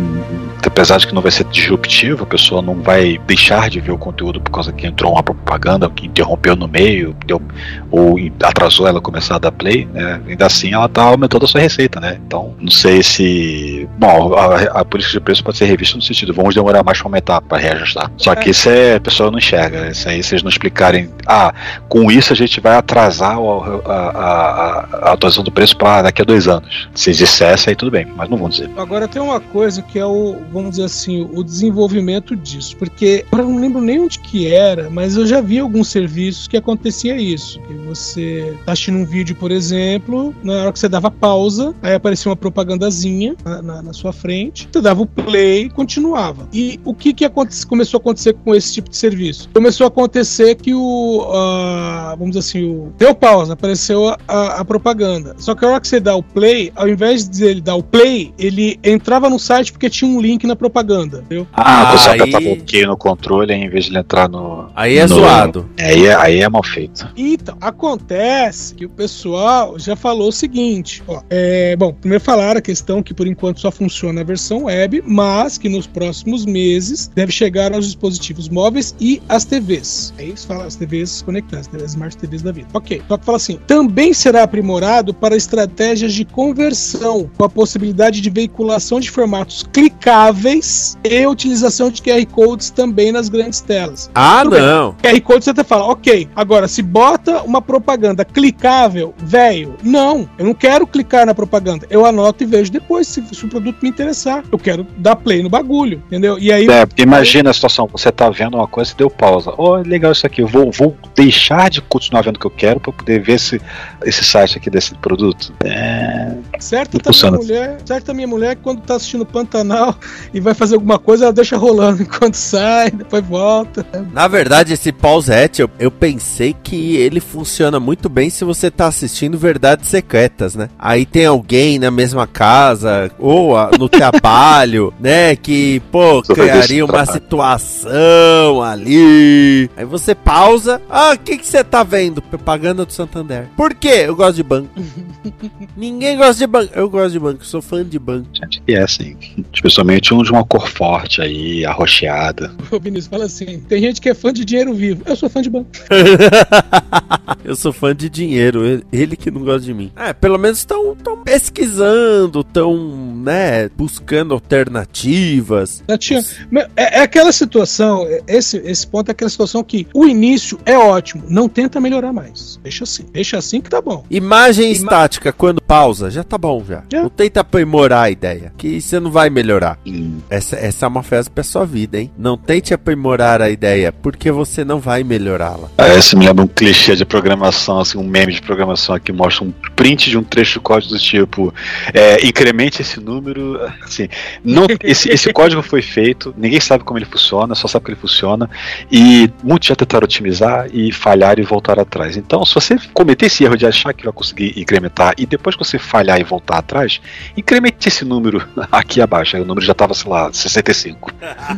apesar de que não vai ser disruptivo, a pessoa não vai deixar de ver o conteúdo por causa que entrou uma propaganda que interrompeu no meio, deu, ou atrasou ela começar a dar play, né, ainda assim ela está aumentando a sua receita, né, então não sei se, bom, a, a política de preço pode ser revista no sentido, vamos demorar mais para aumentar, para reajustar, só que isso é, a pessoa não enxerga, isso aí, se eles não explicarem, ah, com isso a gente vai atrasar a, a, a, a atualização do preço para daqui a dois anos, se eles dissessem aí tudo bem, mas não vão dizer. Agora tem uma coisa que é o, vamos dizer assim, o desenvolvimento disso, porque eu não lembro nem onde que era, mas eu já vi alguns serviços que acontecia isso, que você tá assistindo um vídeo, por exemplo, na hora que você dava pausa, aí aparecia uma propagandazinha na, na, na sua frente, você dava o Play continuava. E o que, que aconte- começou a acontecer com esse tipo de serviço? Começou a acontecer que o, uh, vamos dizer assim, o, deu pausa, apareceu a, a, a propaganda. Só que a hora que você dá o Play, ao invés de ele dar o Play, ele entrava no site porque tinha um link na propaganda, entendeu? Ah, você aí... apertava o OK no controle em vez de ele entrar no... Aí é no... zoado. Aí é, aí é mal feito. Então, acontece que o pessoal já falou o seguinte, ó, é, bom, primeiro falaram a questão que por enquanto só funciona a versão web, mas que nos próximos meses deve chegar aos dispositivos móveis e às T Vs. Aí eles falam as T Vs conectadas, as Smart T Vs da vida. Ok, só que fala assim, também será aprimorado para estratégias de conversão, com a possibilidade de veiculação de formatos clicáveis e utilização de Q R Codes também nas grandes telas. Ah, Tudo não. Q R Code você até fala, ok, agora se bota uma propaganda clicável, velho, não, eu não quero clicar na propaganda, eu anoto e vejo depois se, se o produto me interessar, eu quero dar play no bagulho, entendeu? E aí... É, porque imagina a situação, você tá vendo uma coisa e deu pausa, oh, legal isso aqui, eu vou, vou deixar de continuar vendo o que eu quero pra poder ver esse, esse site aqui desse produto. É... Certa também mulher, certa minha mulher que quando tá assistindo Pantanal e vai fazer alguma coisa, ela deixa rolando enquanto sai, depois volta. Na verdade, esse pausete, eu, eu pensei que ele funciona muito bem se você tá assistindo Verdades Secretas, né? Aí tem alguém na mesma casa, ou a, no trabalho, né? Que, pô, criaria uma situação ali. Aí você pausa. Ah, o que que você tá vendo? Propaganda do Santander. Por quê? Eu gosto de banco. Ninguém gosta de banco. Eu gosto de banco, sou fã de banco. Gente, e é assim, especialmente um de uma cor forte aí, arroxeada. O Vinícius fala assim, tem gente que é fã de dinheiro vivo. Eu sou fã de banco. Eu sou fã de dinheiro, ele que não gosta de mim. É, pelo menos estão pesquisando, estão, né, buscando alternativas. É, é aquela situação, esse, esse ponto é aquela situação que o início é ótimo, não tenta melhorar mais. Deixa assim, deixa assim que tá bom. Imagem Ima... estática, quando pausa, já tá bom já. É. Não tenta aprimorar a ideia, que você não vai melhorar. Hum. Essa, essa é uma frase pra sua vida, hein? Não tente aprimorar a ideia, porque você não vai melhorá-la. Ah, esse me lembra um clichê de programação, assim, um meme de programação que mostra um print de um trecho de código do tipo é, incremente esse número, assim, não, esse, esse código foi feito, ninguém sabe como ele funciona, só sabe que ele funciona, e muitos já tentaram otimizar e falhar e voltar atrás. Então, se você cometer esse erro de achar que vai conseguir incrementar e depois que você falhar e voltar atrás, incremente esse número aqui abaixo, aí o número já estava, sei lá, sessenta e cinco.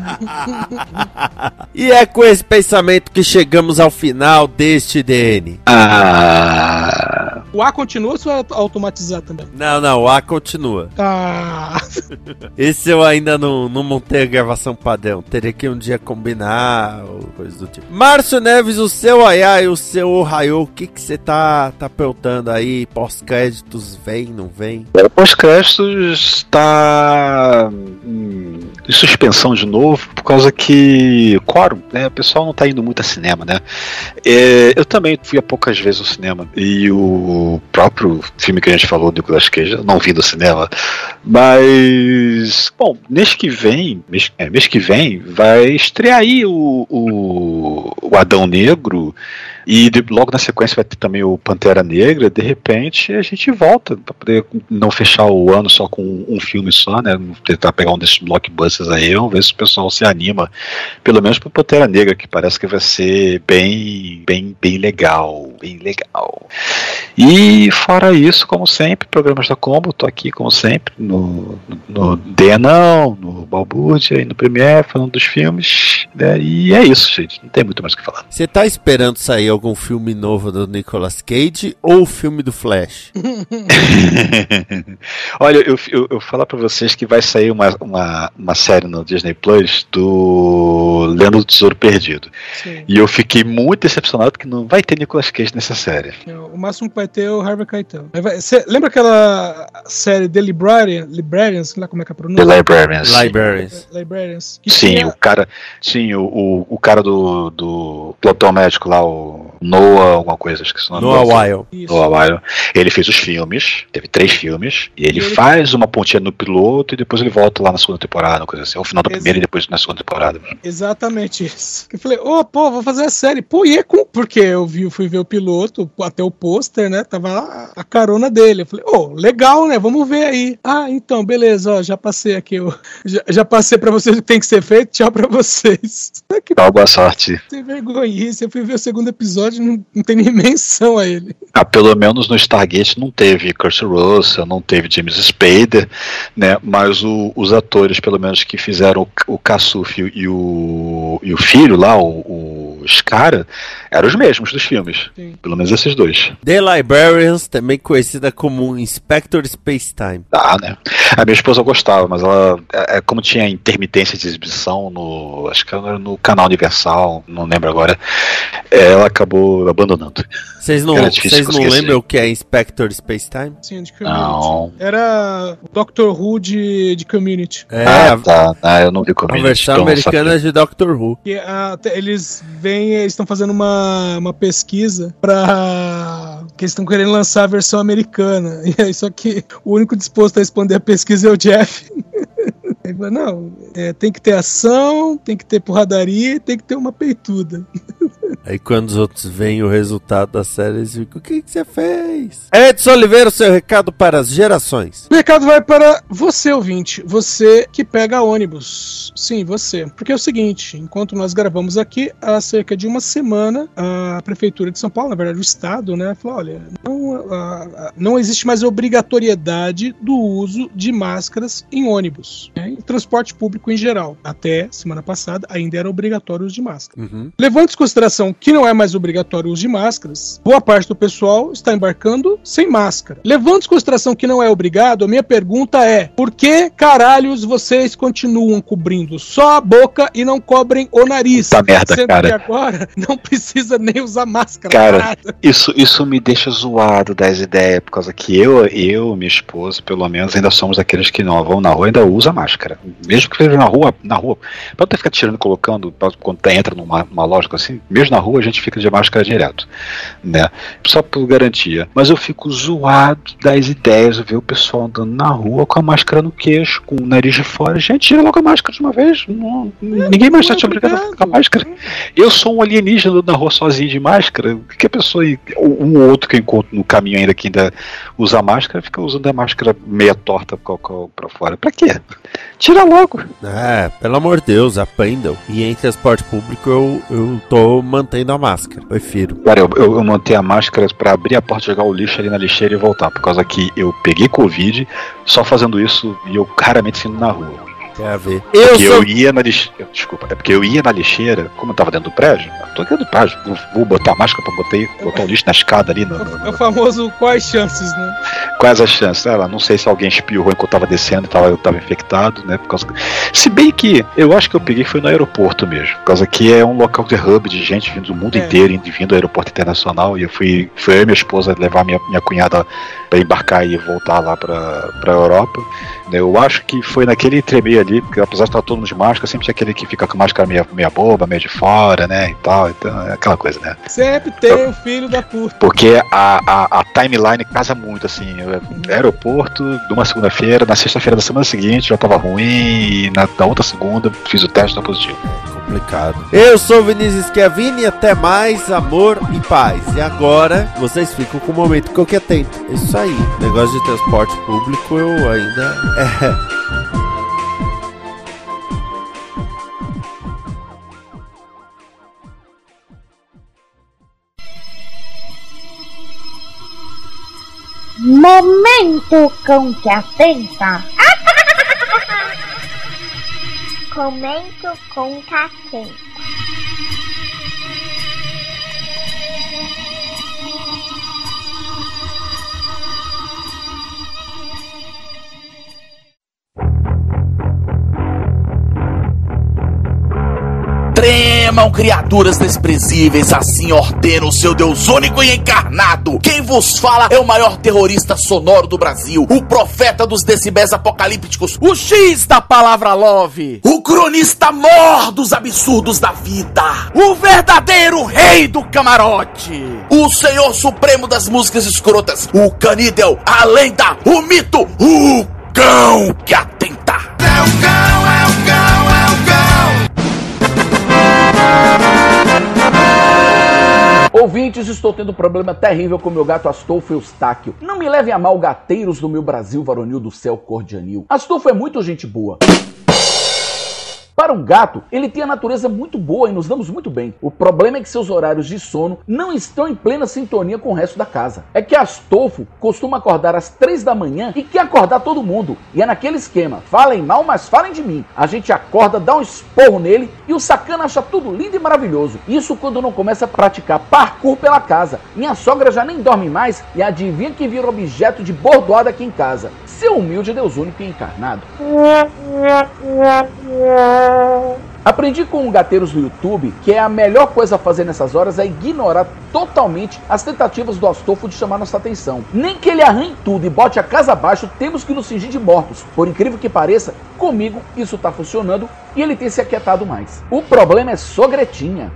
E é com esse pensamento que chegamos ao final deste D N. Ah... O A continua ou só é automatizar também? Não, não, o A continua. Ah. Esse eu ainda não, não montei a gravação padrão. Teria que um dia combinar ou coisa do tipo. Márcio Neves, o seu Ayai, o seu Ohio, o que que você tá, tá perguntando aí? Pós-créditos vem, não vem? O pós-créditos tá hum, em suspensão de novo, por causa que quórum, né? O pessoal não tá indo muito a cinema, né? É, eu também fui há poucas vezes ao cinema e o próprio filme que a gente falou do Nicolas Cage, eu não vi do cinema, mas bom, mês que vem, mês, é, mês que vem vai estrear aí o, o, o Adão Negro. E de, logo na sequência vai ter também o Pantera Negra. De repente a gente volta para poder não fechar o ano só com um, um filme só, né? Tentar pegar um desses blockbusters aí, vamos ver se o pessoal se anima, pelo menos pro Pantera Negra, que parece que vai ser bem, bem, bem legal, bem legal. E fora isso, como sempre, programas da Combo, tô aqui como sempre no, no, no Denão, no Balbúrdia e no Premiere falando dos filmes, né? E é isso, gente, não tem muito mais o que falar. Você tá esperando sair algum filme novo do Nicolas Cage ou o filme do Flash? Olha, eu, eu, eu falo pra vocês que vai sair uma, uma, uma série no Disney Plus do Lenda do Tesouro Perdido. Sim. E eu fiquei muito decepcionado que não vai ter Nicolas Cage nessa série. O máximo que vai ter é o Harvey Keitel. Você lembra aquela série The Librarian, Librarians, lá como é que é a pronúncia? The Librarians. Librarians. Librarians. Sim, tinha... o cara, sim, o, o, o cara do, do plantão médico lá, o Noah, alguma coisa, esqueci o nome. Noah Weil. Noah Weil. Ele fez os filmes, teve três filmes, e ele, e ele faz uma pontinha no piloto e depois ele volta lá na segunda temporada, uma coisa assim, ao final da Ex- primeira e depois na segunda temporada. Exatamente isso. Eu falei, ô, oh, pô, vou fazer a série. Pô, e é com... Porque eu vi, fui ver o piloto, até o pôster, né? né? Tava lá a carona dele. Eu falei, ô, oh, legal, né? Vamos ver aí. Ah, então, beleza, ó, já passei aqui. Eu, já, já passei pra vocês o que tem que ser feito, tchau pra vocês. Que Tchau, boa sorte. sem vergonhice. Eu fui ver o segundo episódio, não, não tem nem menção a ele. Ah, pelo menos no Stargate não teve Kurt Russell, não teve James Spader, né? Mas o, os atores, pelo menos, que fizeram o, o Kasuf e o, e o filho lá, o, o Skara, eram os mesmos dos filmes. Sim. Pelo menos esses dois. The Librarians, também conhecida como Inspector Spacetime. Ah, né? A minha esposa gostava, mas ela, é, é como tinha intermitência de exibição no, acho que era no canal Universal, não lembro agora, é, ela acabou abandonando. Vocês não, Era difícil vocês não conseguir lembram o que é Inspector Spacetime? Sim, de Community. Não. Era o Doctor Who de, de Community. É, ah, a, tá. Ah, eu não vi a Community, versão então não americana sabia. de Doctor Who. Que, ah, te- eles vêm, eles estão fazendo uma, uma pesquisa pra. Que eles estão querendo lançar a versão americana. E aí, só que o único disposto a responder a pesquisa é o Jeff. Ele fala, não, é, tem que ter ação, tem que ter porradaria e tem que ter uma peituda. Aí quando os outros veem o resultado da série, eles ficam, o que que você fez? Edson Oliveira, o seu recado para as gerações. O recado vai para você, ouvinte. Você que pega ônibus. Sim, você. Porque é o seguinte, enquanto nós gravamos aqui, há cerca de uma semana, a Prefeitura de São Paulo, na verdade o Estado, né, falou, olha, não, a, a, não existe mais obrigatoriedade do uso de máscaras em ônibus, né, em transporte público em geral. Até semana passada ainda era obrigatório o uso de máscara. Uhum. Levando em consideração que não é mais obrigatório o uso de máscaras, boa parte do pessoal está embarcando sem máscara. Levando em consideração que não é obrigado, a minha pergunta é, por que caralhos vocês continuam cobrindo só a boca e não cobrem o nariz? Puta merda, Sendo cara. que agora não precisa nem usar máscara. Cara, caralho. Isso, isso me deixa zoado das ideias, por causa que eu, eu, minha esposa, pelo menos, ainda somos aqueles que não vão na rua, ainda usa máscara. Mesmo que esteja na rua, na rua, pra não ter que ficar tirando e colocando, pra, quando tá, entra numa uma loja assim, mesmo na rua a gente fica de máscara direto, né? Só por garantia. Mas eu fico zoado das ideias de ver o pessoal andando na rua com a máscara no queixo, com o nariz de fora. Gente, tira logo a máscara de uma vez. Não, ninguém mais está te obrigado a ficar com a máscara. Eu sou um alienígena andando na rua sozinho de máscara. O que a pessoa, um ou outro que eu encontro no caminho ainda que ainda usa máscara, fica usando a máscara meia torta pra fora. Pra quê? Tira logo. É, pelo amor de Deus, aprendam. E em transporte público eu, eu tô mantendo a máscara. Prefiro. Cara, eu, eu, eu montei a máscara pra abrir a porta, jogar o lixo ali na lixeira e voltar. Por causa que eu peguei Covid só fazendo isso e eu raramente saindo na rua. Quer ver? Eu Porque sou... eu ia na lixeira. Desculpa, é porque eu ia na lixeira, como eu tava dentro do prédio, eu tô dentro do prédio, vou, vou botar a máscara pra botar, botar o lixo na escada ali. No, no, no... É o famoso quais chances, né? Quais as chances? Ah, não sei se alguém espirrou enquanto eu tava descendo e tava, eu tava infectado, né? Por causa... Se bem que eu acho que eu peguei foi no aeroporto mesmo. Por causa que é um local de hub de gente vindo do mundo É. inteiro, indo vindo do aeroporto internacional. E eu fui, fui eu e minha esposa levar minha, minha cunhada pra embarcar e voltar lá pra, pra Europa. Eu acho que foi naquele entremeio ali, porque apesar de estar todo mundo de máscara, sempre tinha aquele que fica com a máscara meia, meia boba, meia de fora, né? E tal. Então é aquela coisa, né? Sempre tem o filho da puta. Porque a, a, a timeline casa muito, assim, eu- aeroporto, de uma segunda-feira, na sexta-feira da semana seguinte já tava ruim, e na, na outra segunda fiz o teste da positivo. Complicado. Eu sou Vinícius Schiavini, até mais, amor e paz. E agora, vocês ficam com o momento que eu que atento. É isso aí. Negócio de transporte público, eu ainda... É... Momento cão que atenta. Comento com catenta. Tremam, criaturas desprezíveis, assim ordena o seu Deus único e encarnado. Quem vos fala é o maior terrorista sonoro do Brasil, o profeta dos decibéis apocalípticos, o X da palavra love, o cronista mor dos absurdos da vida, o verdadeiro rei do camarote, o senhor supremo das músicas escrotas, o canídel, a lenda, o mito, o cão que atenta. É o cão, é o cão, é o cão. Ouvintes, estou tendo um problema terrível com meu gato Astolfo Eustáquio. Não me levem a mal, gateiros do meu Brasil varonil do céu cor de anil. Astolfo é muito gente boa. Para um gato, ele tem a natureza muito boa e nos damos muito bem. O problema é que seus horários de sono não estão em plena sintonia com o resto da casa. É que Astolfo costuma acordar às três da manhã e quer acordar todo mundo. E é naquele esquema, falem mal, mas falem de mim. A gente acorda, dá um esporro nele e o sacana acha tudo lindo e maravilhoso. Isso quando não começa a praticar parkour pela casa. Minha sogra já nem dorme mais e adivinha que vira objeto de bordoada aqui em casa. Seu humilde Deus único e encarnado. Aprendi com um gateiros do YouTube que é a melhor coisa a fazer nessas horas é ignorar totalmente as tentativas do Astolfo de chamar nossa atenção. Nem que ele arranhe tudo e bote a casa abaixo, temos que nos fingir de mortos. Por incrível que pareça, comigo isso tá funcionando e ele tem se aquietado mais. O problema é sogretinha.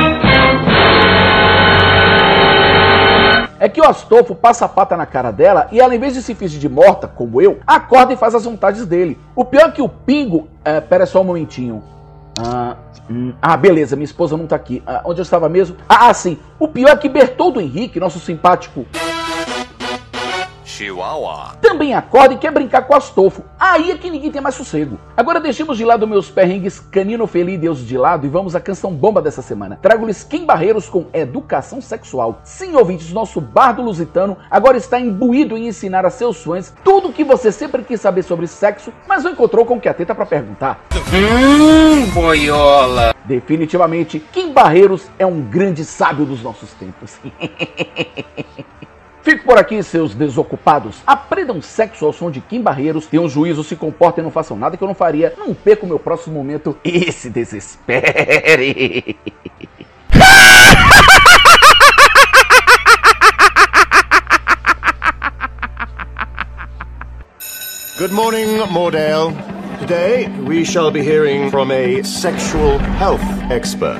É que o Astolfo passa a pata na cara dela e ela, em vez de se fingir de morta, como eu, acorda e faz as vontades dele. O pior é que o Pingo... É, pera só um momentinho. Ah, hum, ah, beleza, minha esposa não tá aqui. Ah, onde eu estava mesmo? Ah, ah, sim. O pior é que Bertoldo Henrique, nosso simpático... Chihuahua, também acorda e quer brincar com o Astolfo. Aí é que ninguém tem mais sossego. Agora deixemos de lado meus perrengues canino feliz e Deus de lado e vamos à canção bomba dessa semana. Trago-lhes Kim Barreiros com Educação Sexual. Sim, ouvintes, nosso bardo lusitano agora está imbuído em ensinar a seus fãs tudo o que você sempre quis saber sobre sexo, mas não encontrou com que a teta pra perguntar. Hum, boiola. Definitivamente, Kim Barreiros é um grande sábio dos nossos tempos. Fico por aqui, seus desocupados. Aprendam sexo ao som de Kim Barreiros, tenham juízo, se comportem e não façam nada que eu não faria. Não perca o meu próximo momento e se desespere. Good morning, Mordell. Today we shall be hearing from a sexual health expert.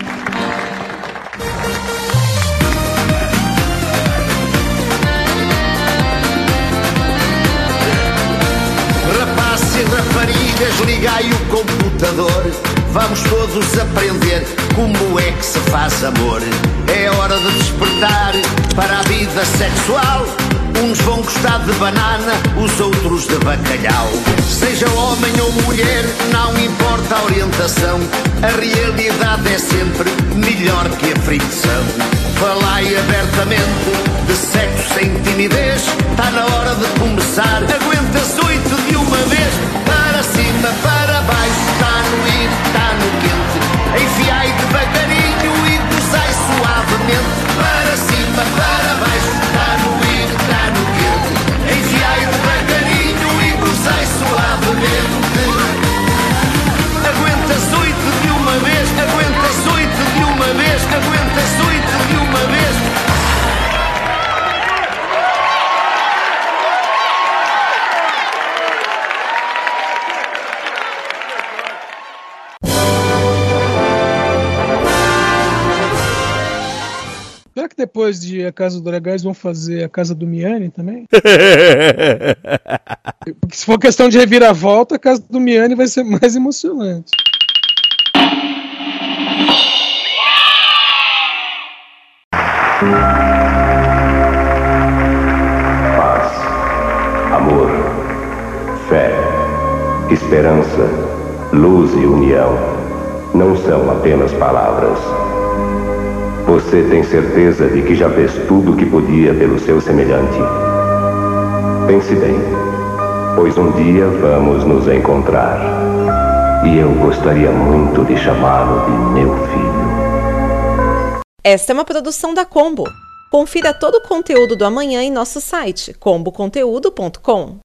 Raparigas, ligai o computador. Vamos todos aprender como é que se faz amor. É hora de despertar para a vida sexual. Uns vão gostar de banana, os outros de bacalhau. Seja homem ou mulher, não importa a orientação. A realidade é sempre melhor que a fricção. Falai abertamente de sexo sem timidez. Está na hora de começar. Aguenta-se oito de uma vez. Para cima, para baixo, está no ir, está no quente. Enfiai devagarinho e gozai suavemente. Para cima, para baixo, está no ir, está no quente. Enfiai devagarinho e gozai suavemente. Aguenta-se oito de uma vez, aguenta-se oito de uma vez, aguenta-se oito de uma vez. Será que depois de A Casa do Dragão eles vão fazer A Casa do Miane também? Porque se for questão de reviravolta, A Casa do Miane vai ser mais emocionante. Paz, amor, fé, esperança, luz e união não são apenas palavras. Você tem certeza de que já fez tudo o que podia pelo seu semelhante? Pense bem, pois um dia vamos nos encontrar. E eu gostaria muito de chamá-lo de meu filho. Esta é uma produção da Combo. Confira todo o conteúdo do amanhã em nosso site combo conteúdo ponto com.